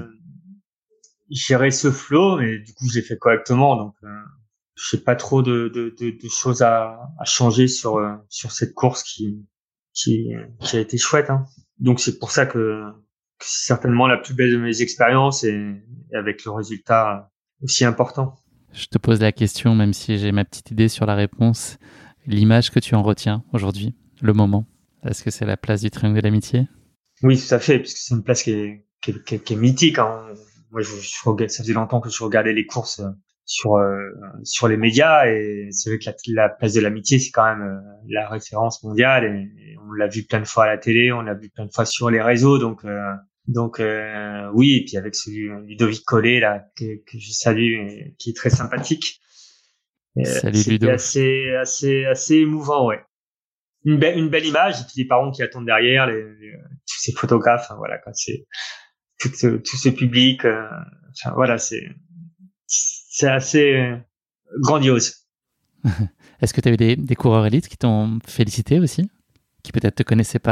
gérer ce flow, mais du coup je l'ai fait correctement, donc euh... je n'ai pas trop de, de, de, de choses à, à changer sur euh, sur cette course qui qui, qui a été chouette, hein. Donc c'est pour ça que, que c'est certainement la plus belle de mes expériences et, et avec le résultat aussi important. Je te pose la question, même si j'ai ma petite idée sur la réponse. L'image que tu en retiens aujourd'hui, le moment, est-ce que c'est la place du Triangle de l'Amitié ? Oui, tout à fait, parce que c'est une place qui est qui est, qui est, qui est mythique, hein. Moi, je, je regarde, ça faisait longtemps que je regardais les courses sur euh, sur les médias et c'est vrai que la, la place de l'Amitié c'est quand même euh, la référence mondiale et, et on l'a vu plein de fois à la télé, on l'a vu plein de fois sur les réseaux, donc euh, donc euh, oui, et puis avec celui Ludovic Collet là que, que je salue et qui est très sympathique. Et, Salut Ludo. assez assez assez émouvant, ouais. Une belle une belle image et puis les parents qui attendent derrière, les, les tous ces photographes, hein, voilà, quand c'est tout ce, tout ce public, euh, enfin voilà, c'est c'est assez grandiose. Est-ce que tu as eu des, des coureurs élites qui t'ont félicité aussi, qui peut-être te connaissaient pas ?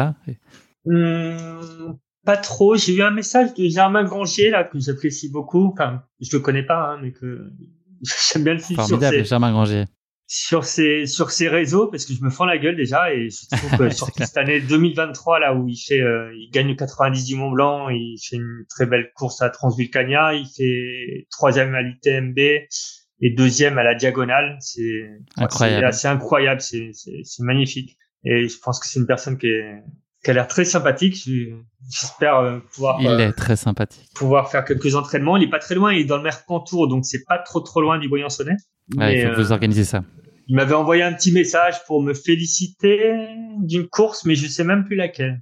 Hum, pas trop. J'ai eu un message de Germain Grangier là que j'apprécie beaucoup. Enfin, je le connais pas, hein, mais que j'aime bien le suivre. Formidable, sur ses, Germain Grangier. Sur ses sur ses réseaux parce que je me fends la gueule déjà et je trouve que surtout cette année deux mille vingt-trois là où il fait euh, il gagne le quatre-vingt-dix du Mont Blanc, il fait une très belle course à Transvulcania, il fait troisième à l'U T M B et deuxième à la Diagonale, c'est incroyable, c'est assez incroyable, c'est c'est c'est magnifique et je pense que c'est une personne qui est qui a l'air très sympathique. J'espère euh, pouvoir il euh, est très sympathique pouvoir faire quelques entraînements. Il est pas très loin, il est dans le Mercantour, donc c'est pas trop trop loin du Briançonnais. Ouais, il faut euh, que vous organisez ça. Il m'avait envoyé un petit message pour me féliciter d'une course, mais je sais même plus laquelle.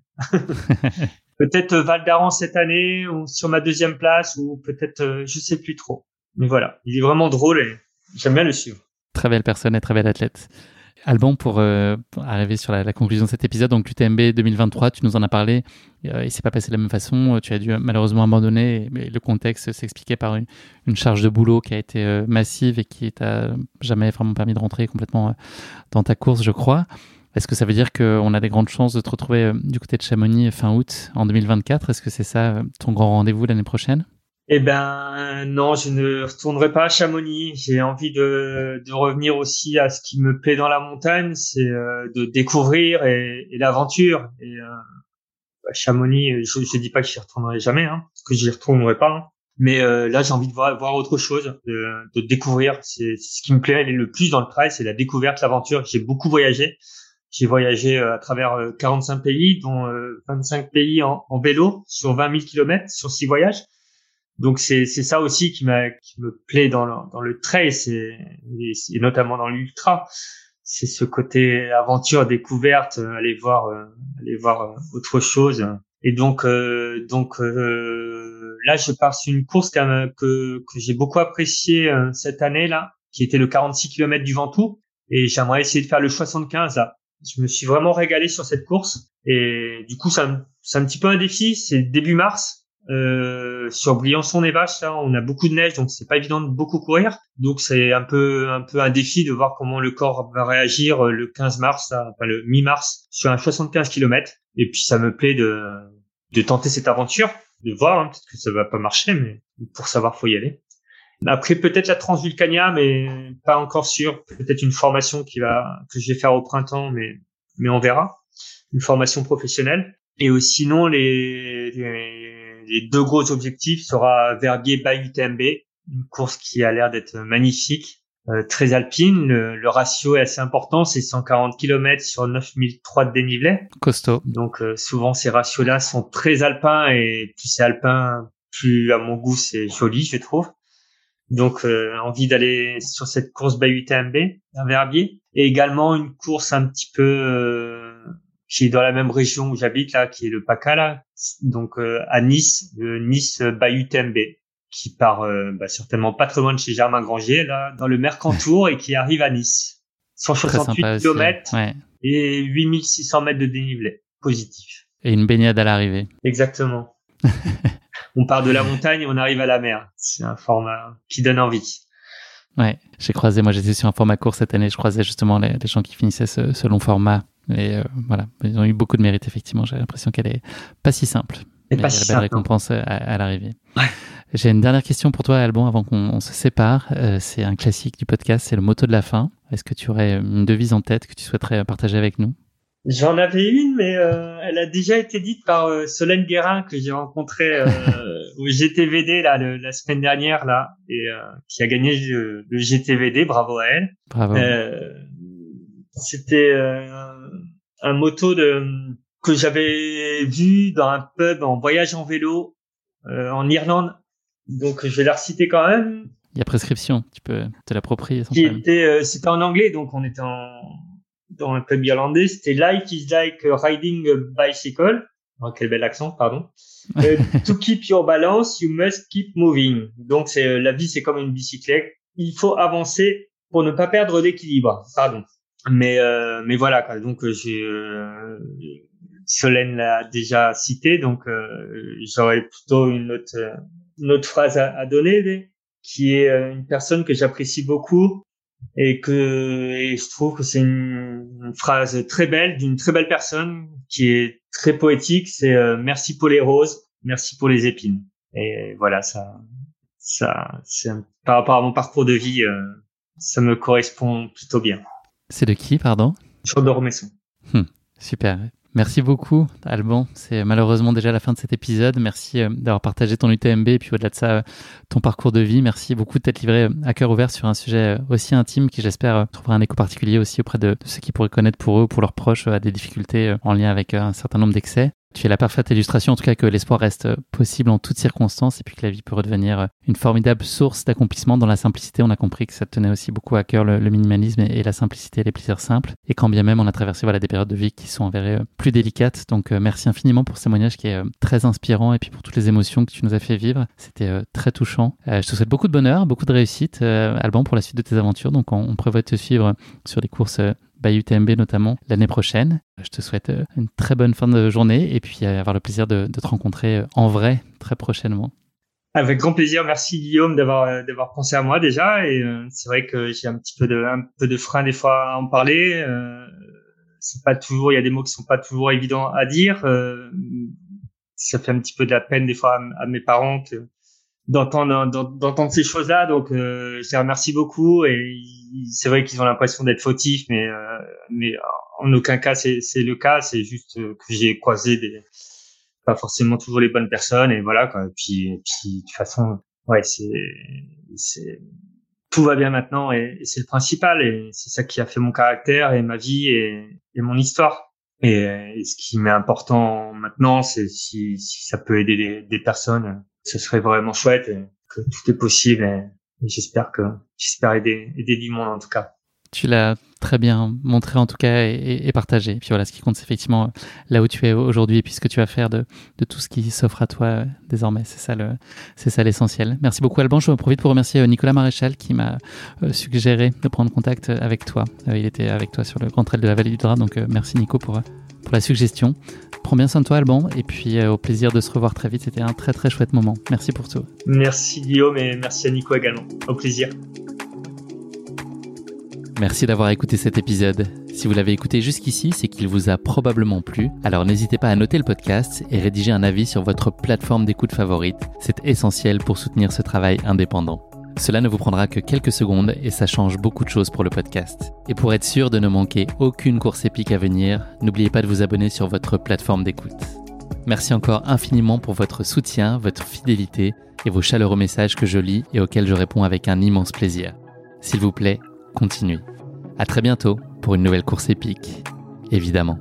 Peut-être Val d'Aran cette année, ou sur ma deuxième place, ou peut-être, euh, je sais plus trop. Mais voilà, il est vraiment drôle et j'aime bien le suivre. Très belle personne et très belle athlète. Alban, pour, euh, pour arriver sur la, la conclusion de cet épisode, donc l'U T M B deux mille vingt-trois, tu nous en as parlé, euh, il s'est pas passé de la même façon, tu as dû malheureusement abandonner, mais le contexte s'expliquait par une, une charge de boulot qui a été euh, massive et qui t'a jamais vraiment permis de rentrer complètement euh, dans ta course, je crois. Est-ce que ça veut dire qu'on a des grandes chances de te retrouver euh, du côté de Chamonix fin août en deux mille vingt-quatre ? Est-ce que c'est ça euh, ton grand rendez-vous l'année prochaine ? Eh ben non, je ne retournerai pas à Chamonix. J'ai envie de, de revenir aussi à ce qui me plaît dans la montagne, c'est euh, de découvrir et, et l'aventure. Et euh, à Chamonix, je ne dis pas que j'y retournerai jamais, hein, parce que j'y retournerai pas. Hein. Mais euh, là, j'ai envie de voir, voir autre chose, de, de découvrir. C'est, c'est ce qui me plaît le plus dans le trail, c'est la découverte, l'aventure. J'ai beaucoup voyagé. J'ai voyagé à travers quarante-cinq pays, dont vingt-cinq pays en, en vélo, sur vingt mille kilomètres, sur six voyages. Donc c'est c'est ça aussi qui m'a qui me plaît dans le dans le trail, c'est et, et notamment dans l'ultra, c'est ce côté aventure, découverte, aller voir euh, aller voir autre chose. Et donc euh, donc euh, là je pars sur une course que que, que j'ai beaucoup appréciée euh, cette année là, qui était le quarante-six kilomètres du Ventoux. Et j'aimerais essayer de faire le soixante-quinze là. Je me suis vraiment régalé sur cette course. Et du coup, c'est un, c'est un petit peu un défi. C'est début mars. Euh, sur Briançon-les-Vaches, là, on a beaucoup de neige, donc c'est pas évident de beaucoup courir. Donc c'est un peu, un peu un défi de voir comment le corps va réagir le quinze mars, là, enfin le mi-mars, sur un soixante-quinze kilomètres. Et puis ça me plaît de, de tenter cette aventure, de voir, hein, peut-être que ça va pas marcher, mais pour savoir, faut y aller. Après, peut-être la Transvulcania, mais pas encore sûr. Peut-être une formation qui va, que je vais faire au printemps, mais, mais on verra. Une formation professionnelle. Et aussi, sinon, les, les, les deux gros objectifs sera Verbier-Bahut T M B, une course qui a l'air d'être magnifique, euh, très alpine. Le, le ratio est assez important, c'est cent quarante kilomètres sur neuf mille trois de dénivelé. Costaud. Donc, euh, souvent, ces ratios-là sont très alpins, et plus c'est alpin, plus à mon goût, c'est joli, je trouve. Donc, euh, envie d'aller sur cette course Bahut T M B à Verbier. Et également une course un petit peu euh, qui est dans la même région où j'habite, là, qui est le PACA, là. Donc, euh, à Nice, le Nice Bahut T M B, qui part euh, bah, certainement pas très loin de chez Germain Grangier, là, dans le Mercantour, et qui arrive à Nice. cent soixante-huit kilomètres ouais. Et huit mille six cents mètres de dénivelé positif. Et une baignade à l'arrivée. Exactement. On part de la montagne et on arrive à la mer. C'est un format qui donne envie. Ouais, j'ai croisé, moi j'étais sur un format court cette année, je croisais justement les, les gens qui finissaient ce, ce long format. Et euh, voilà, ils ont eu beaucoup de mérite, effectivement. J'ai l'impression qu'elle est pas si simple. Et mais pas il y a si la belle simple, récompense à, à l'arrivée. Ouais. J'ai une dernière question pour toi, Alban, avant qu'on on se sépare. Euh, c'est un classique du podcast, c'est le motto de la fin. Est-ce que tu aurais une devise en tête que tu souhaiterais partager avec nous ? J'en avais une, mais euh, elle a déjà été dite par euh, Solène Guérin, que j'ai rencontrée euh, au G T V D là le, la semaine dernière là, et euh, qui a gagné le, le G T V D. Bravo à elle. Bravo. Euh, c'était euh, un motto de que j'avais vu dans un pub en voyage en vélo euh, en Irlande. Donc je vais la reciter quand même. Il y a prescription, tu peux te l'approprier sans qui problème. était, euh, c'était en anglais, donc on était en dans un pub irlandais. C'était Life is like riding a bicycle. Oh, quel bel accent, pardon. euh, to keep your balance, you must keep moving. Donc c'est euh, la vie, c'est comme une bicyclette. Il faut avancer pour ne pas perdre l'équilibre. Pardon. Mais euh, mais voilà quoi. Donc euh, j'ai euh, Solène l'a déjà cité, donc euh, j'aurais plutôt une autre euh, une autre phrase à, à donner, qui est euh, une personne que j'apprécie beaucoup. Et que et je trouve que c'est une, une phrase très belle d'une très belle personne qui est très poétique. C'est euh, merci pour les roses, merci pour les épines. Et voilà, ça, ça, c'est un, par rapport à mon parcours de vie, euh, ça me correspond plutôt bien. C'est de qui, pardon ? Jean d'Ormesson. Hum, super. Merci beaucoup, Alban. C'est malheureusement déjà la fin de cet épisode. Merci euh, d'avoir partagé ton U T M B et puis au-delà de ça, euh, ton parcours de vie. Merci beaucoup de t'être livré euh, à cœur ouvert sur un sujet euh, aussi intime qui, j'espère, euh, trouvera un écho particulier aussi auprès de, de ceux qui pourraient connaître pour eux ou pour leurs proches euh, des difficultés euh, en lien avec euh, un certain nombre d'excès. Tu es la parfaite illustration, en tout cas, que l'espoir reste possible en toutes circonstances et puis que la vie peut redevenir une formidable source d'accomplissement dans la simplicité. On a compris que ça te tenait aussi beaucoup à cœur, le, le minimalisme et, et la simplicité, les plaisirs simples. Et quand bien même on a traversé voilà, des périodes de vie qui sont avérées plus délicates. Donc, euh, merci infiniment pour ce témoignage qui est euh, très inspirant et puis pour toutes les émotions que tu nous as fait vivre. C'était euh, très touchant. Euh, je te souhaite beaucoup de bonheur, beaucoup de réussite, euh, Alban, pour la suite de tes aventures. Donc, on, on prévoit de te suivre sur les courses euh, Bahut T M B notamment l'année prochaine. Je te souhaite une très bonne fin de journée et puis avoir le plaisir de, de te rencontrer en vrai très prochainement. Avec grand plaisir. Merci Guillaume d'avoir d'avoir pensé à moi déjà. Et euh, c'est vrai que j'ai un petit peu de un peu de frein des fois à en parler. Euh, c'est pas toujours, il y a des mots qui sont pas toujours évidents à dire. Euh, ça fait un petit peu de la peine des fois à, à mes parents que d'entendre d'entendre ces choses-là. Donc euh, je les remercie beaucoup. Et c'est vrai qu'ils ont l'impression d'être fautifs, mais euh, mais en aucun cas c'est c'est le cas. C'est juste que j'ai croisé des pas forcément toujours les bonnes personnes et voilà quoi. Et puis et puis de toute façon ouais c'est c'est tout va bien maintenant et, et c'est le principal et c'est ça qui a fait mon caractère et ma vie et, et mon histoire. Et, et ce qui m'est important maintenant, c'est si si ça peut aider des, des personnes, ce serait vraiment chouette et que tout est possible et, et j'espère que j'espère aider aider du monde en tout cas. Tu l'as très bien montré en tout cas et, et partagé. Et puis voilà, ce qui compte, c'est effectivement là où tu es aujourd'hui et puis ce que tu vas faire de, de tout ce qui s'offre à toi euh, désormais. C'est ça, le, c'est ça l'essentiel. Merci beaucoup Alban. Je profite pour remercier Nicolas Maréchal qui m'a euh, suggéré de prendre contact avec toi. Euh, il était avec toi sur le Grand Trail de la Vallée du Drap, donc euh, merci Nico pour, pour la suggestion. Prends bien soin de toi Alban et puis euh, au plaisir de se revoir très vite. C'était un très très chouette moment. Merci pour tout. Merci Guillaume et merci à Nico également. Au plaisir. Merci d'avoir écouté cet épisode. Si vous l'avez écouté jusqu'ici, c'est qu'il vous a probablement plu. Alors n'hésitez pas à noter le podcast et rédiger un avis sur votre plateforme d'écoute favorite. C'est essentiel pour soutenir ce travail indépendant. Cela ne vous prendra que quelques secondes et ça change beaucoup de choses pour le podcast. Et pour être sûr de ne manquer aucune course épique à venir, n'oubliez pas de vous abonner sur votre plateforme d'écoute. Merci encore infiniment pour votre soutien, votre fidélité et vos chaleureux messages que je lis et auxquels je réponds avec un immense plaisir. S'il vous plaît, continuez. À très bientôt pour une nouvelle course épique, évidemment.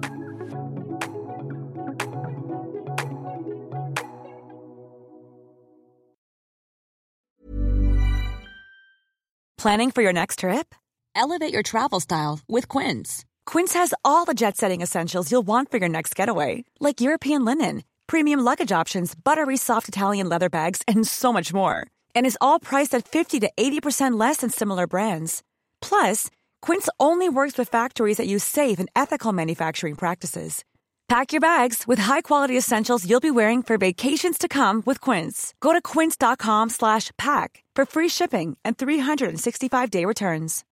Planning for your next trip? Elevate your travel style with Quince. Quince has all the jet-setting essentials you'll want for your next getaway, like European linen, premium luggage options, buttery soft Italian leather bags, and so much more. And is all priced at fifty to eighty percent less than similar brands. Plus, Quince only works with factories that use safe and ethical manufacturing practices. Pack your bags with high-quality essentials you'll be wearing for vacations to come with Quince. Go to quince.com slash pack for free shipping and three sixty-five day returns.